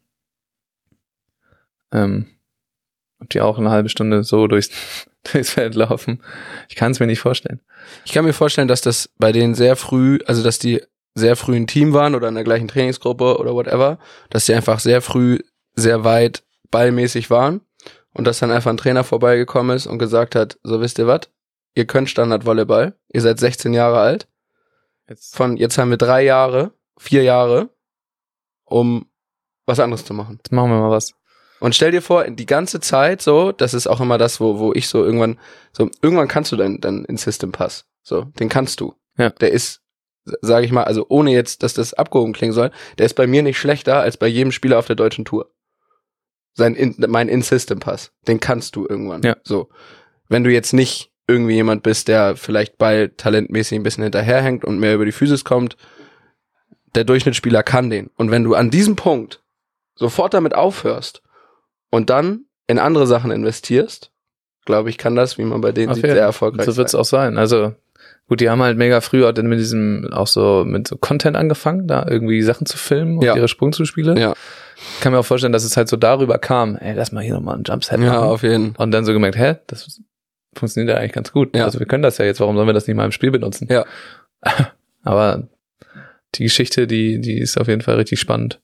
Ob die auch eine halbe Stunde so durchs Feld laufen. Ich kann es mir nicht vorstellen. Ich kann mir vorstellen, dass das bei denen sehr früh, also dass die sehr früh ein Team waren oder in der gleichen Trainingsgruppe oder whatever, dass die einfach sehr früh, sehr weit ballmäßig waren und dass dann einfach ein Trainer vorbeigekommen ist und gesagt hat, so wisst ihr was, ihr könnt Standardvolleyball, ihr seid 16 Jahre alt, jetzt haben wir 4 Jahre, um was anderes zu machen. Jetzt machen wir mal was. Und stell dir vor, die ganze Zeit so, das ist auch immer das, wo ich so irgendwann kannst du deinen In-System-Pass. So, den kannst du. Ja. Der ist, sage ich mal, also ohne jetzt, dass das abgehoben klingen soll, der ist bei mir nicht schlechter als bei jedem Spieler auf der deutschen Tour. Mein In-System-Pass. Den kannst du irgendwann. Ja. So. Wenn du jetzt nicht irgendwie jemand bist, der vielleicht balltalentmäßig ein bisschen hinterherhängt und mehr über die Physis kommt, der Durchschnittsspieler kann den. Und wenn du an diesem Punkt sofort damit aufhörst und dann in andere Sachen investierst, glaube ich, kann das, wie man bei denen sieht, sehr erfolgreich sein. So wird es auch sein. Also gut, die haben halt mega früh mit diesem auch so mit so Content angefangen, da irgendwie Sachen zu filmen und ihre Sprungzuspiele. Ja. Ich kann mir auch vorstellen, dass es halt so darüber kam, ey, lass mal hier nochmal einen Jumpset machen. Ja, auf jeden Fall. Und dann so gemerkt, das funktioniert ja eigentlich ganz gut. Ja. Also wir können das ja jetzt, warum sollen wir das nicht mal im Spiel benutzen? Ja. Aber die Geschichte, die ist auf jeden Fall richtig spannend.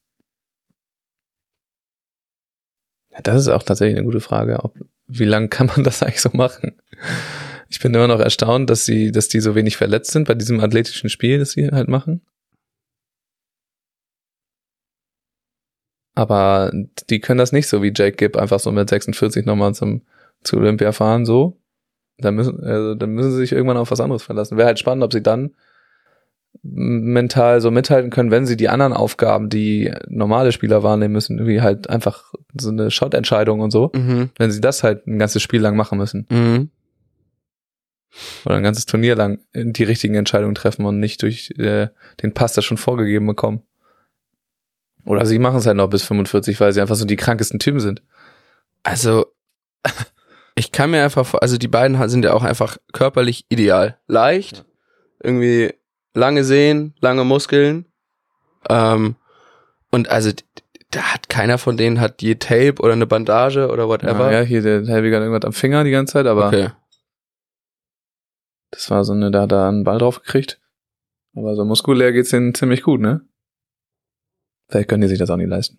Ja, das ist auch tatsächlich eine gute Frage. Wie lange kann man das eigentlich so machen? Ich bin immer noch erstaunt, dass die so wenig verletzt sind bei diesem athletischen Spiel, das sie halt machen. Aber die können das nicht so wie Jake Gibb einfach so mit 46 nochmal zu Olympia fahren, so. Dann müssen sie sich irgendwann auf was anderes verlassen. Wäre halt spannend, ob sie dann mental so mithalten können, wenn sie die anderen Aufgaben, die normale Spieler wahrnehmen müssen, wie halt einfach so eine Shot-Entscheidung und so, wenn sie das halt ein ganzes Spiel lang machen müssen. Oder ein ganzes Turnier lang die richtigen Entscheidungen treffen und nicht durch den Pass das schon vorgegeben bekommen. Oder sie machen es halt noch bis 45, weil sie einfach so die krankesten Typen sind. Also, ich kann mir einfach also die beiden sind ja auch einfach körperlich ideal. Leicht, irgendwie lange Sehnen, lange Muskeln. Und also, da hat keiner von denen hat je Tape oder eine Bandage oder whatever. Ja, hier der Helwiger hat irgendwas am Finger die ganze Zeit, aber okay. Das war so da hat er einen Ball drauf gekriegt. Aber so muskulär geht's denen ziemlich gut, ne? Vielleicht können die sich das auch nicht leisten.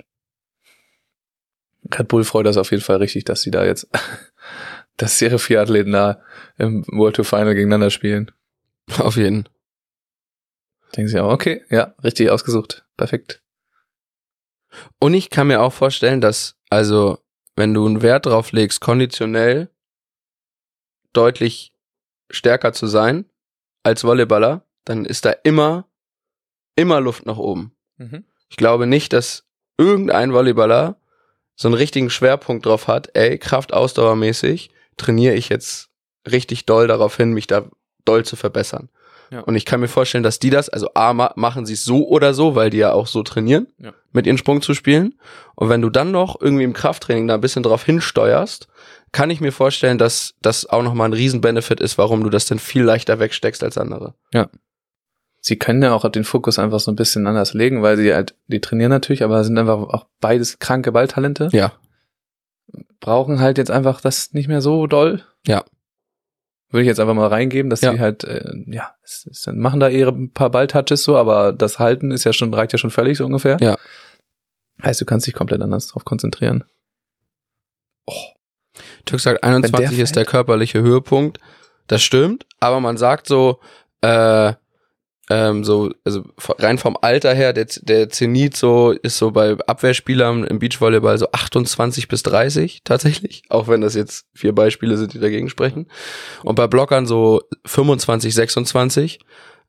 Red Bull freut das auf jeden Fall richtig, dass sie da jetzt, dass ihre 4 Athleten da im World Tour Final gegeneinander spielen. Auf jeden. Denken sie auch, okay, ja, richtig ausgesucht. Perfekt. Und ich kann mir auch vorstellen, dass, also, wenn du einen Wert drauf legst, konditionell deutlich stärker zu sein als Volleyballer, dann ist da immer Luft nach oben. Ich glaube nicht, dass irgendein Volleyballer so einen richtigen Schwerpunkt drauf hat, kraftausdauermäßig trainiere ich jetzt richtig doll darauf hin, mich da doll zu verbessern. Ja. Und ich kann mir vorstellen, dass die das, also machen sie es so oder so, weil die ja auch so trainieren, mit ihren Sprungzuspielen. Und wenn du dann noch irgendwie im Krafttraining da ein bisschen drauf hinsteuerst, kann ich mir vorstellen, dass das auch nochmal ein Riesen-Benefit ist, warum du das dann viel leichter wegsteckst als andere. Ja. Sie können ja auch den Fokus einfach so ein bisschen anders legen, weil die trainieren natürlich, aber sind einfach auch beides kranke Balltalente. Ja. Brauchen halt jetzt einfach das nicht mehr so doll. Ja. Würde ich jetzt einfach mal reingeben, dass sie halt, machen da eher ein paar Balltouches so, aber das Halten reicht ja schon völlig so ungefähr. Ja. Heißt, du kannst dich komplett anders drauf konzentrieren. Türk sagt, 21 ist der körperliche Höhepunkt. Das stimmt, aber man sagt so, also rein vom Alter her, der Zenit so ist so bei Abwehrspielern im Beachvolleyball so 28 bis 30 tatsächlich, auch wenn das jetzt 4 Beispiele sind, die dagegen sprechen. Und bei Blockern so 25, 26.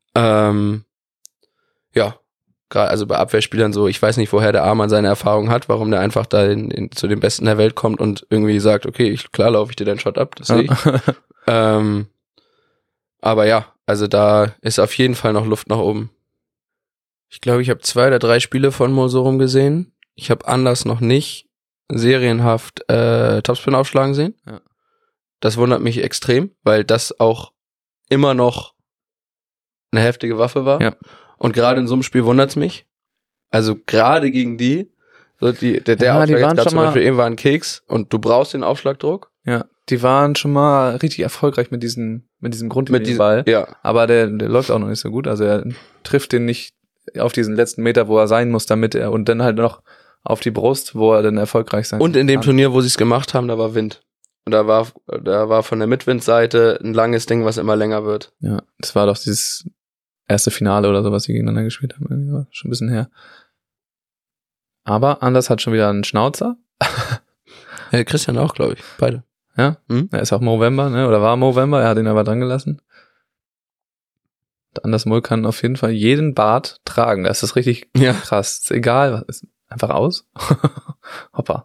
Also bei Abwehrspielern so, ich weiß nicht, woher der Arman seine Erfahrung hat, warum der einfach da zu den Besten der Welt kommt und irgendwie sagt, okay, klar laufe ich dir deinen Shot ab, das sehe ich. Aber ja, also da ist auf jeden Fall noch Luft nach oben. Ich glaube, ich habe 2 oder 3 Spiele von Mosorum gesehen. Ich habe Anders noch nicht serienhaft Topspin aufschlagen sehen. Ja. Das wundert mich extrem, weil das auch immer noch eine heftige Waffe war. Ja. Und gerade in so einem Spiel wundert's mich. Also gerade gegen die, so der Aufschlag jetzt gerade zum Beispiel eben war ein Keks und du brauchst den Aufschlagdruck. Ja, die waren schon mal richtig erfolgreich mit diesem Grundlinienball. Ja. Aber der läuft auch noch nicht so gut. Also er trifft den nicht auf diesen letzten Meter, wo er sein muss, damit er, und dann halt noch auf die Brust, wo er dann erfolgreich sein kann. Und in dem Turnier, wo sie es gemacht haben, da war Wind. Und da war von der Mitwindseite ein langes Ding, was immer länger wird. Ja, das war doch dieses erste Finale oder so, was sie gegeneinander gespielt haben. War schon ein bisschen her. Aber Anders hat schon wieder einen Schnauzer. Ja, Christian auch, glaube ich. Beide. Ja? Er ist auch Movember, ne? Oder war Movember, er hat ihn aber dran gelassen. Anders Mull kann auf jeden Fall jeden Bart tragen. Das ist richtig krass. Ist egal, ist einfach aus. Hoppa.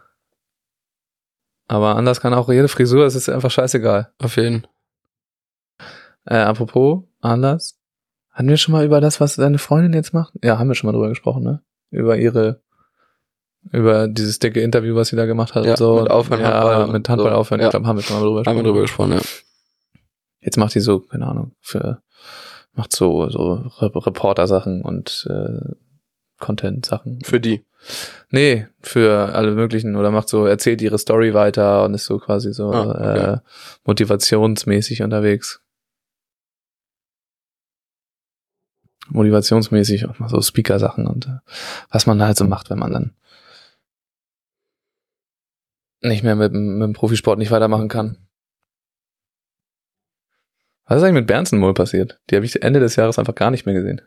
Aber Anders kann auch jede Frisur, es ist einfach scheißegal. Auf jeden. Apropos Anders, hatten wir schon mal über das, was deine Freundin jetzt macht? Ja, haben wir schon mal drüber gesprochen, ne? Über dieses dicke Interview, was sie da gemacht hat. Ja, so. mit Aufhören, Handball. Mit Handball so. Aufhören. Ja. Ich glaube, haben wir schon mal drüber gesprochen. Haben wir drüber gesprochen, ja. Jetzt macht die so, keine Ahnung, macht so Reporter-Sachen und Content-Sachen. Für die? Nee, für alle möglichen. Oder erzählt ihre Story weiter und ist so quasi so okay. Motivationsmäßig unterwegs. Motivationsmäßig auch mal so Speaker-Sachen und was man da halt so macht, wenn man dann nicht mehr mit dem Profisport nicht weitermachen kann. Was ist eigentlich mit Berndsen-Mull passiert? Die habe ich Ende des Jahres einfach gar nicht mehr gesehen.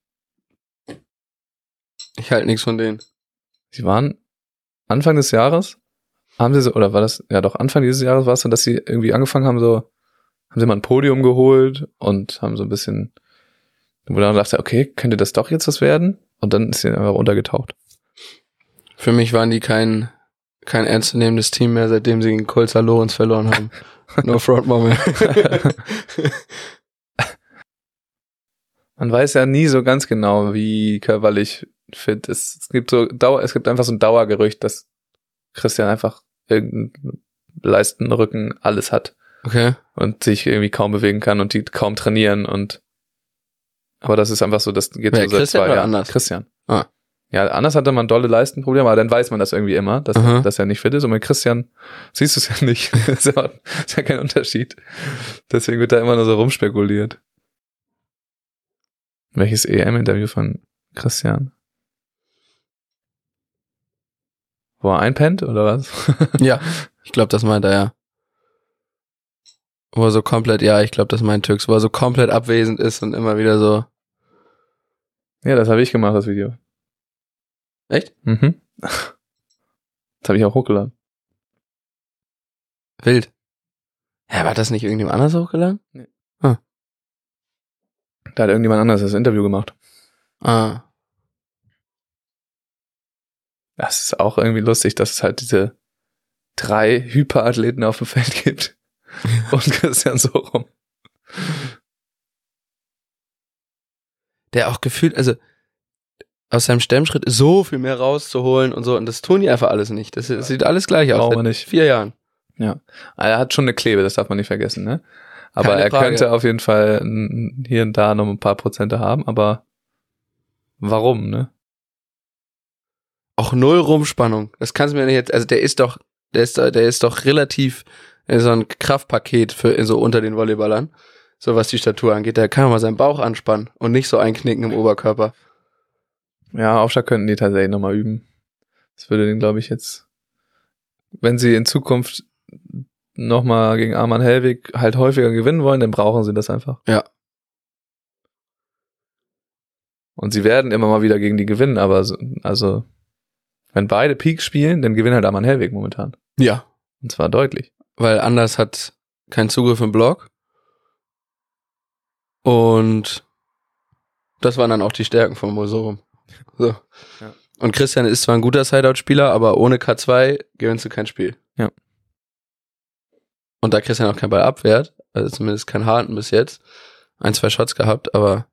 Ich halte nichts von denen. Sie waren Anfang des Jahres, haben sie so, oder war das, ja doch, Anfang dieses Jahres war es so, dass sie irgendwie angefangen haben, haben sie mal ein Podium geholt und haben so ein bisschen, wo dann dachte, okay, könnte das doch jetzt was werden? Und dann ist sie einfach untergetaucht. Für mich waren die kein ernstzunehmendes Team mehr, seitdem sie gegen Colza Lorenz verloren haben. No front moment. Man weiß ja nie so ganz genau, wie körperlich fit ist. Es gibt einfach so ein Dauergerücht, dass Christian einfach irgendeinen Leisten, Rücken, alles hat. Okay. Und sich irgendwie kaum bewegen kann und die kaum trainieren aber das ist einfach so, das geht so seit 2 Jahren. Anders? Christian. Ah. Ja, anders hatte man dolle Leistenprobleme, aber dann weiß man das irgendwie immer, dass er nicht fit ist. Und mit Christian siehst du es ja nicht. ist ja kein Unterschied. Deswegen wird da immer nur so rumspekuliert. Welches EM-Interview von Christian? Wo er einpennt, oder was? Ja, ich glaube, das meint er, ja. Wo er so komplett, ich glaube, das meint Türks, wo er so komplett abwesend ist und immer wieder so. Ja, das habe ich gemacht, das Video. Echt? Mhm. Das habe ich auch hochgeladen. Wild. Ja, war das nicht irgendjemand anders hochgeladen? Nee. Ah. Da hat irgendjemand anders das Interview gemacht. Ah. Das ist auch irgendwie lustig, dass es halt diese 3 Hyperathleten auf dem Feld gibt. Und Christian so rum. Der auch gefühlt, also aus seinem Stemmschritt ist so viel mehr rauszuholen und so, und das tun die einfach alles nicht. Das sieht alles gleich aus. Brauchen wir nicht. 4 Jahren. Ja. Er hat schon eine Klebe, das darf man nicht vergessen, ne? Aber Keine er Frage. könnte auf jeden Fall hier und da noch ein paar Prozente haben, aber warum, ne? Auch 0 Rumspannung. Das kannst du mir nicht jetzt, also der ist doch relativ so ein Kraftpaket für so unter den Volleyballern, so was die Statur angeht. Der kann mal seinen Bauch anspannen und nicht so einknicken im Oberkörper. Ja, Aufschlag könnten die tatsächlich nochmal üben. Das würde den, glaube ich, jetzt, wenn sie in Zukunft nochmal gegen Arman Hellwig halt häufiger gewinnen wollen, dann brauchen sie das einfach. Ja. Und sie werden immer mal wieder gegen die gewinnen, aber also wenn beide Peaks spielen, dann gewinnt halt Arman Hellwig momentan. Ja. Und zwar deutlich. Weil Anders hat keinen Zugriff im Block. Und das waren dann auch die Stärken von Mosorum. So. Ja. Und Christian ist zwar ein guter Sideout-Spieler, aber ohne K2 gewinnst du kein Spiel. Ja. Und da Christian auch keinen Ball abwehrt, also zumindest kein harten bis jetzt, 1, 2 Shots gehabt, aber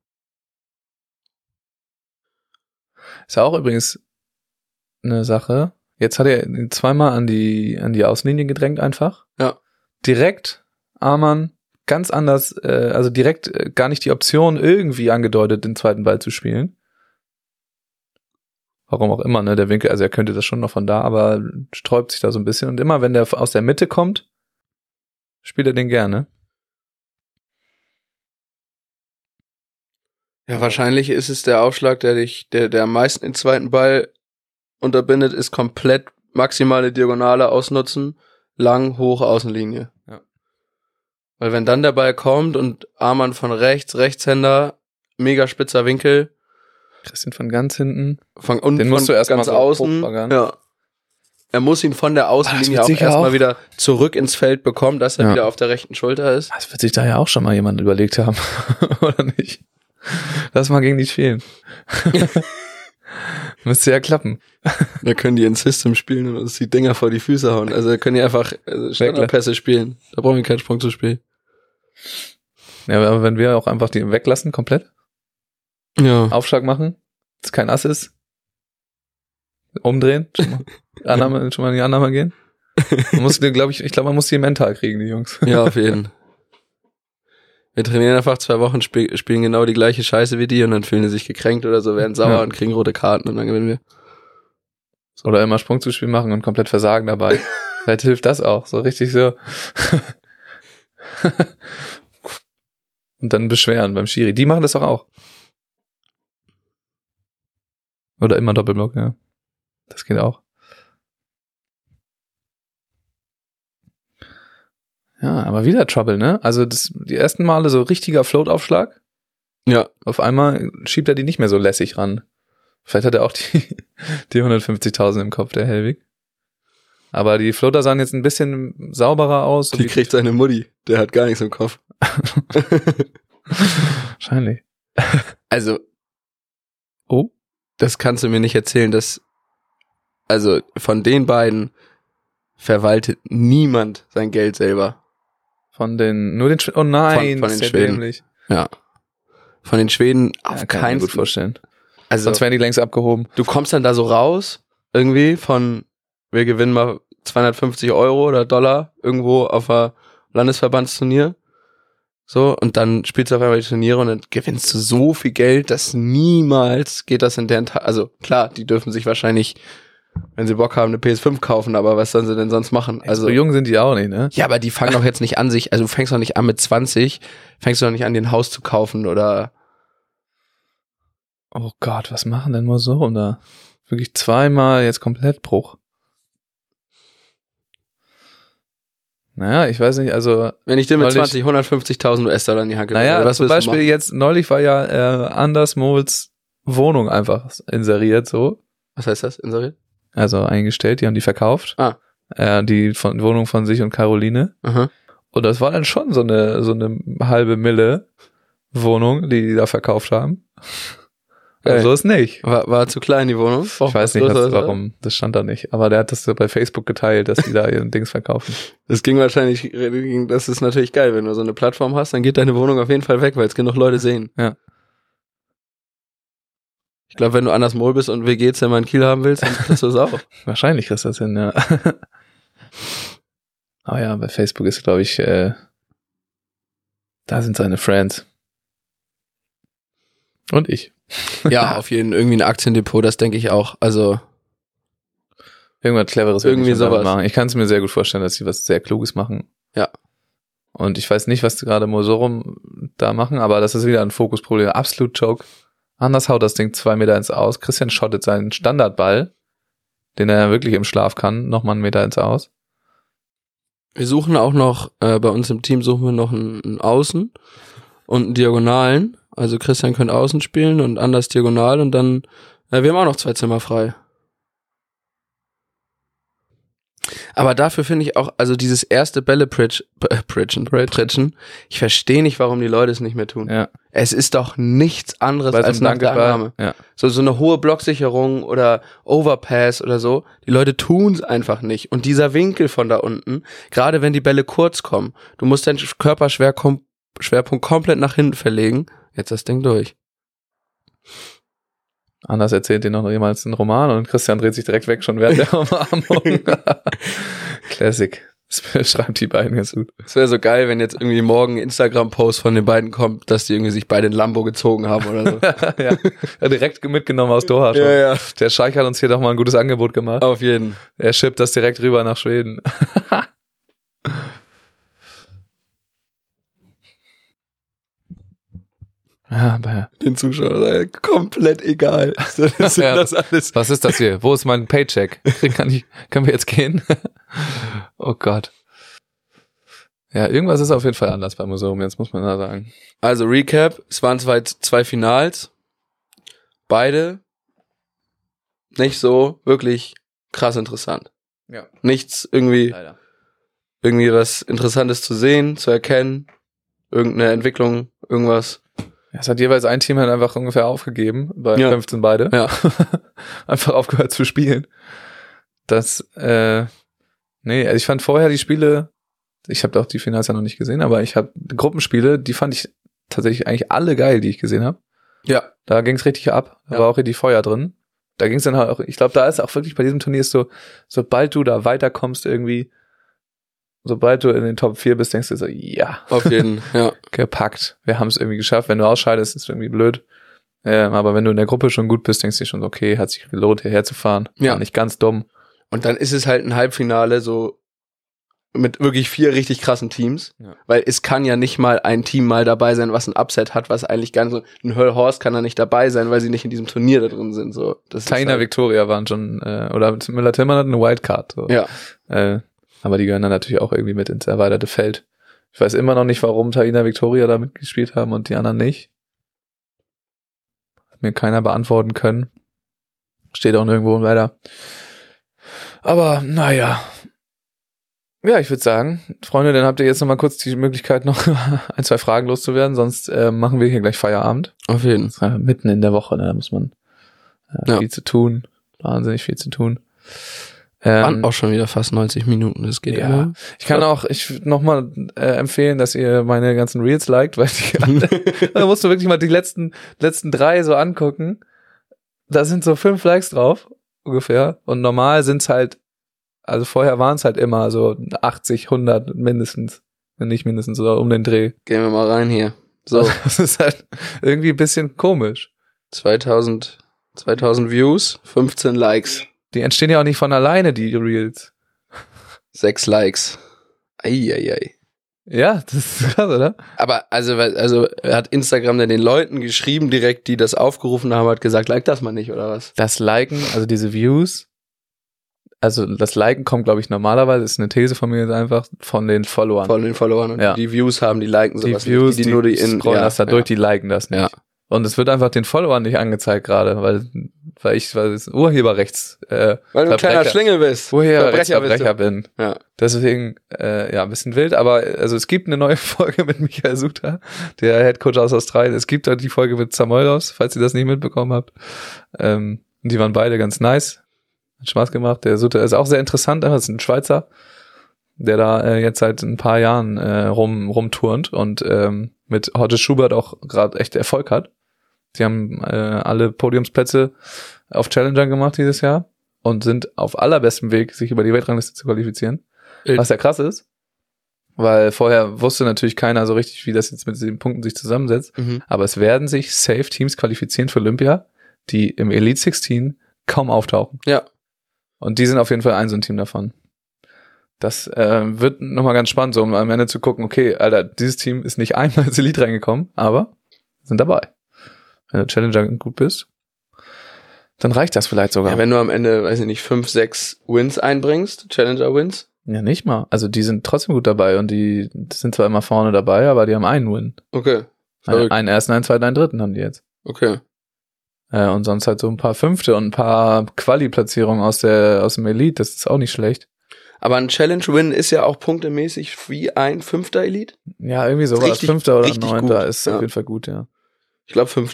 ist ja auch übrigens eine Sache. Jetzt hat er 2-mal an die Außenlinie gedrängt einfach. Ja. Direkt Arman ganz anders, also direkt gar nicht die Option irgendwie angedeutet, den zweiten Ball zu spielen. Warum auch immer, ne, der Winkel, also er könnte das schon noch von da, aber sträubt sich da so ein bisschen. Und immer, wenn der aus der Mitte kommt, spielt er den gerne. ja, wahrscheinlich ist es der Aufschlag, der am meisten den zweiten Ball unterbindet, ist komplett maximale Diagonale ausnutzen, lang, hoch, Außenlinie. Ja. Weil wenn dann der Ball kommt und Arman von Rechtshänder, mega spitzer Winkel, Christian von ganz hinten. und den musst du erst ganz mal so außen, hochbaggern. ja. er muss ihn von der Außenlinie auch erstmal wieder zurück ins Feld bekommen, dass er wieder auf der rechten Schulter ist. Das wird sich da ja auch schon mal jemand überlegt haben, oder nicht? Lass mal gegen die spielen. Müsste ja klappen. Da können die in System spielen und uns die Dinger vor die Füße hauen. Also da können die einfach Standardpässe spielen. Da brauchen wir keinen Sprung zu spielen. Ja, aber wenn wir auch einfach die weglassen, komplett. Ja. Aufschlag machen, dass kein Ass ist. Umdrehen, schon mal in die Annahme gehen. Man muss, man muss die mental kriegen, die Jungs. Ja, auf jeden Fall. Wir trainieren einfach 2 Wochen, spielen genau die gleiche Scheiße wie die und dann fühlen die sich gekränkt oder so, werden sauer und kriegen rote Karten und dann gewinnen wir. Oder immer Sprungzuspiel machen und komplett versagen dabei. Vielleicht hilft das auch, so richtig so. Und dann beschweren beim Schiri. Die machen das doch auch. Oder immer Doppelblock, ja. Das geht auch. Ja, aber wieder Trouble, ne? Also die ersten Male so richtiger Float-Aufschlag. Ja. Auf einmal schiebt er die nicht mehr so lässig ran. Vielleicht hat er auch die 150.000 im Kopf, der Hellwig. Aber die Floater sahen jetzt ein bisschen sauberer aus. So die kriegt seine Mutti. Der hat gar nichts im Kopf. Wahrscheinlich. Also, das kannst du mir nicht erzählen, dass also von den beiden verwaltet niemand sein Geld selber. Nur den Schweden. Oh nein, von den Schweden. Dämlich. Ja. Von den Schweden auf keinen Fall. Kann ich mir gut vorstellen. Also, sonst wären die längst abgehoben. Du kommst dann da so raus, irgendwie von, wir gewinnen mal 250 Euro oder Dollar irgendwo auf einer Landesverbandsturnier. So, und dann spielst du auf einmal die Turniere und dann gewinnst du so viel Geld, dass niemals geht das in deren also klar, die dürfen sich wahrscheinlich, wenn sie Bock haben, eine PS5 kaufen, aber was sollen sie denn sonst machen? Also so jung sind die auch nicht, ne? Ja, aber die fangen doch jetzt nicht an sich, also du fängst doch nicht an mit 20, fängst du doch nicht an, dir ein Haus zu kaufen oder. Oh Gott, was machen denn so da? Wirklich zweimal jetzt komplett Bruch. Naja, ich weiß nicht, also. Wenn ich dir mit 150.000 US-Dollar in die Hand gebe. Naja, was zum Beispiel jetzt, neulich war ja Anders Mols Wohnung einfach inseriert, so. Was heißt das, inseriert? Also eingestellt, die haben die verkauft. Die Wohnung von sich und Caroline. Aha. Und das war dann schon so eine halbe Mille Wohnung, die da verkauft haben. So ist nicht. War zu klein, die Wohnung? Ich weiß nicht, warum. Das stand da nicht. Aber der hat das so bei Facebook geteilt, dass die da ihren Dings verkaufen. Das ist natürlich geil, wenn du so eine Plattform hast, dann geht deine Wohnung auf jeden Fall weg, weil es genug Leute sehen. Ja. Ich glaube, wenn du Anders Mohl bist und WG-Zimmer in Kiel haben willst, dann kriegst du es auch. Wahrscheinlich kriegst du das hin, ja. Aber ja, bei Facebook ist, glaube ich, da sind seine Friends. Und ich. Ja, auf jeden Fall irgendwie ein Aktiendepot, das denke ich auch. Also irgendwas Cleveres irgendwie sowas machen. Ich kann es mir sehr gut vorstellen, dass sie was sehr Kluges machen. Ja. Und ich weiß nicht, was gerade Mosorum da machen, aber das ist wieder ein Fokusproblem. Absolut Joke. Anders haut das Ding 2 Meter ins Aus. Christian schottet seinen Standardball, den er wirklich im Schlaf kann, nochmal 1 Meter ins Aus. Wir suchen auch noch, bei uns im Team suchen wir noch einen Außen und einen Diagonalen. Also Christian könnte Außen spielen und Anders Diagonal und dann, wir haben auch noch 2 Zimmer frei. Aber dafür finde ich auch, also dieses erste Bälle-Pritschen, ich verstehe nicht, warum die Leute es nicht mehr tun. Ja. Es ist doch nichts anderes als nach der Annahme. Ja. So eine hohe Blocksicherung oder Overpass oder so. Die Leute tun es einfach nicht. Und dieser Winkel von da unten, gerade wenn die Bälle kurz kommen, du musst deinen Körperschwerpunkt komplett nach hinten verlegen. Jetzt das Ding durch. Anders erzählt dir noch jemals einen Roman und Christian dreht sich direkt weg, schon während der Umarmung. Classic. Das beschreibt die beiden ganz gut. Es wäre so geil, wenn jetzt irgendwie morgen ein Instagram-Post von den beiden kommt, dass die irgendwie sich beide in Lambo gezogen haben oder so. Ja, direkt mitgenommen aus Doha schon. Ja. Der Scheich hat uns hier doch mal ein gutes Angebot gemacht. Auf jeden. Er schippt das direkt rüber nach Schweden. Ja, aber den Zuschauern komplett egal. Das alles. Was ist das hier? Wo ist mein Paycheck? Können wir jetzt gehen? Oh Gott. Ja, irgendwas ist auf jeden Fall anders beim Museum, jetzt muss man da sagen. Also Recap, es waren zwei Finals. Beide nicht so wirklich krass interessant. Ja. Nichts irgendwie was Interessantes zu sehen, zu erkennen, irgendeine Entwicklung, irgendwas. Ja, es hat jeweils ein Team halt einfach ungefähr aufgegeben, bei 15 beide. Ja. Einfach aufgehört zu spielen. Also ich fand vorher die Spiele, ich habe auch die Finals ja noch nicht gesehen, aber ich habe Gruppenspiele, die fand ich tatsächlich eigentlich alle geil, die ich gesehen habe. Ja. Da ging's richtig ab, da war auch richtig Feuer drin. Da ging's dann halt auch, ich glaube, da ist auch wirklich bei diesem Turnier so, sobald du da weiterkommst irgendwie, sobald du in den Top 4 bist, denkst du so, ja. Auf jeden, ja. Gepackt. Wir haben es irgendwie geschafft. Wenn du ausscheidest, ist es irgendwie blöd. Aber wenn du in der Gruppe schon gut bist, denkst du dir schon, okay, hat sich gelohnt, hierher zu fahren. Ja. War nicht ganz dumm. Und dann ist es halt ein Halbfinale so mit wirklich 4 richtig krassen Teams. Ja. Weil es kann ja nicht mal ein Team mal dabei sein, was ein Upset hat, was eigentlich gar nicht so, ein Hull Horse kann da nicht dabei sein, weil sie nicht in diesem Turnier da drin sind. So. Taina halt Victoria waren schon, oder Müller-Tillmann hat eine Wildcard. So. Ja. Aber die gehören dann natürlich auch irgendwie mit ins erweiterte Feld. Ich weiß immer noch nicht, warum Taina Victoria da mitgespielt haben und die anderen nicht. Hat mir keiner beantworten können. Steht auch nirgendwo weiter. Aber, naja. Ja, ich würde sagen, Freunde, dann habt ihr jetzt noch mal kurz die Möglichkeit, noch 1, 2 Fragen loszuwerden, sonst machen wir hier gleich Feierabend. Auf jeden Fall. Mitten in der Woche, ne? Da muss man viel zu tun. Wahnsinnig viel zu tun. Waren auch schon wieder fast 90 Minuten, das geht immer. Ich kann auch, nochmal empfehlen, dass ihr meine ganzen Reels liked, weil da musst du wirklich mal die letzten 3 so angucken. Da sind so 5 Likes drauf, ungefähr. Und normal sind's halt, also vorher waren es halt immer so 80, 100 mindestens. Wenn nicht mindestens, oder um den Dreh. Gehen wir mal rein hier. So. Das ist halt irgendwie ein bisschen komisch. 2000 Views, 15 Likes. Die entstehen ja auch nicht von alleine, die Reels. 6 Likes. Eieiei. Ja, das ist krass, oder? Aber also hat Instagram denn den Leuten geschrieben direkt, die das aufgerufen haben, hat gesagt, like das mal nicht, oder was? Das Liken, also diese Views, also das Liken kommt, glaube ich, normalerweise, ist eine These von mir jetzt einfach, von den Followern. Von den Followern. Und die Views haben, die liken sowas die Views, nicht. Die nur die scrollen das da durch, die liken das nicht. Ja. Und es wird einfach den Followern nicht angezeigt gerade, weil es Urheberrechts weil du ein kleiner Schlingel bist. Urheberrechtsverbrecher bin. Ja. Deswegen, ein bisschen wild, aber also es gibt eine neue Folge mit Michael Suter, der Headcoach aus Australien. Es gibt die Folge mit Samoilos, falls ihr das nicht mitbekommen habt. Die waren beide ganz nice. Hat Spaß gemacht. Der Suter ist auch sehr interessant, das ist ein Schweizer, der da jetzt seit ein paar Jahren rumturnt und mit Horst Schubert auch gerade echt Erfolg hat. Sie haben alle Podiumsplätze auf Challengern gemacht dieses Jahr und sind auf allerbestem Weg, sich über die Weltrangliste zu qualifizieren. Was ja krass ist, weil vorher wusste natürlich keiner so richtig, wie das jetzt mit den Punkten sich zusammensetzt. Mhm. Aber es werden sich safe Teams qualifizieren für Olympia, die im Elite 16 kaum auftauchen. Ja. Und die sind auf jeden Fall so ein Team davon. Das wird nochmal ganz spannend, so um am Ende zu gucken, okay, Alter, dieses Team ist nicht einmal ins Elite reingekommen, aber sind dabei. Wenn du Challenger gut bist, dann reicht das vielleicht sogar. Ja, wenn du am Ende, weiß ich nicht, 5, 6 Wins einbringst, Challenger-Wins. Ja, nicht mal. Also die sind trotzdem gut dabei und die sind zwar immer vorne dabei, aber die haben einen Win. Okay. Einen ersten, einen zweiten, einen dritten haben die jetzt. Okay. Und sonst halt so ein paar Fünfte und ein paar Quali-Platzierungen aus dem Elite, das ist auch nicht schlecht. Aber ein Challenge-Win ist ja auch punktemäßig wie ein 5. Elite? Ja, irgendwie sowas. 5. oder 9. ist auf jeden Fall gut, ja. Ich glaube 5.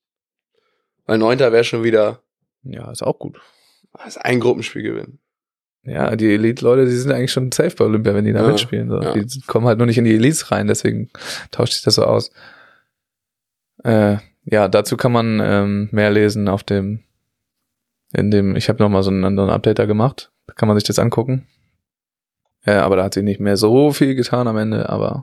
Weil 9. wäre schon wieder... Ja, ist auch gut. Das ist ein Gruppenspiel gewinnen. Ja, die Elite-Leute, die sind eigentlich schon safe bei Olympia, wenn die da mitspielen. So. Ja. Die kommen halt nur nicht in die Elites rein, deswegen tauscht sich das so aus. Ja, dazu kann man mehr lesen auf ich habe nochmal so einen Update da gemacht. Da kann man sich das angucken. Aber da hat sich nicht mehr so viel getan am Ende, aber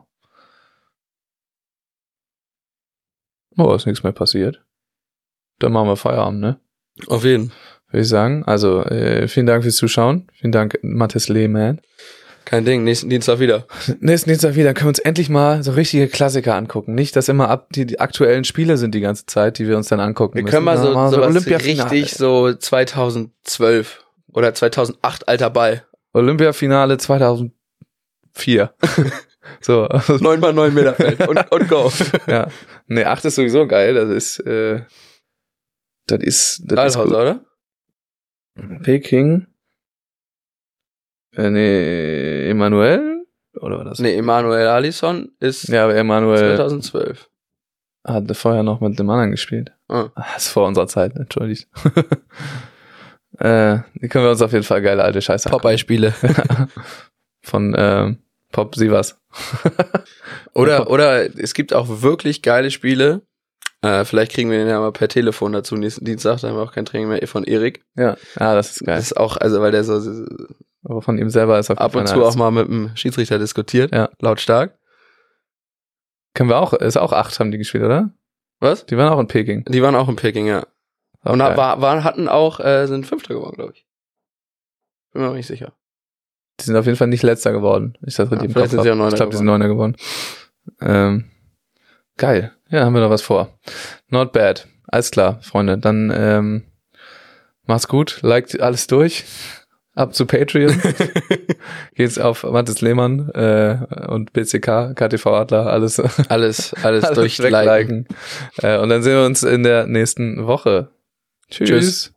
ist nichts mehr passiert. Dann machen wir Feierabend, ne? Auf jeden. Würde ich sagen. Also, vielen Dank fürs Zuschauen. Vielen Dank, Mathis Lehmann. Kein Ding, nächsten Dienstag wieder. Nächsten Dienstag wieder. Können wir uns endlich mal so richtige Klassiker angucken. Nicht, dass immer die aktuellen Spiele sind die ganze Zeit, die wir uns dann angucken müssen. Wir können mal so richtig so 2012 oder 2008 alter Ball. Olympiafinale 2004. So. 9x9 Meter Feld und go. Ja. Nee, 8 ist sowieso geil. Das ist gut. Oder? Peking Nee, Emanuel? Oder war das? Nee, Emanuel Alisson ist Ja, aber Emanuel 2012. hatte vorher noch mit dem anderen gespielt. Ah. Das ist vor unserer Zeit, entschuldigt. Die können wir uns auf jeden Fall geile alte Scheiße angucken. Popeye-Spiele. Von Pop Sivas. Oder es gibt auch wirklich geile Spiele. Vielleicht kriegen wir den ja mal per Telefon dazu nächsten Dienstag, da haben wir auch kein Training mehr von Erik. Ja, das ist geil. Das ist auch, also weil der so Aber von ihm selber ist auf ab und zu auch mal mit dem Schiedsrichter diskutiert, ja. Lautstark. Können wir auch, ist auch 8 haben die gespielt, oder? Was? Die waren auch in Peking. Die waren auch in Peking, ja. Auch Und geil. hatten auch, sind Fünfter geworden, glaube ich. Bin mir auch nicht sicher. Die sind auf jeden Fall nicht Letzter geworden. Ich das richtig im vielleicht Kopf sind sie hab. auch Neuner Ich glaube, die sind Neuner geworden. Geil. Ja, haben wir noch was vor. Not bad. Alles klar, Freunde. Dann macht's gut. Liked alles durch. Ab zu Patreon. Geht's auf Mathis Lehmann und BCK, KTV Adler, alles Alles durchliken. Und dann sehen wir uns in der nächsten Woche. Tschüss.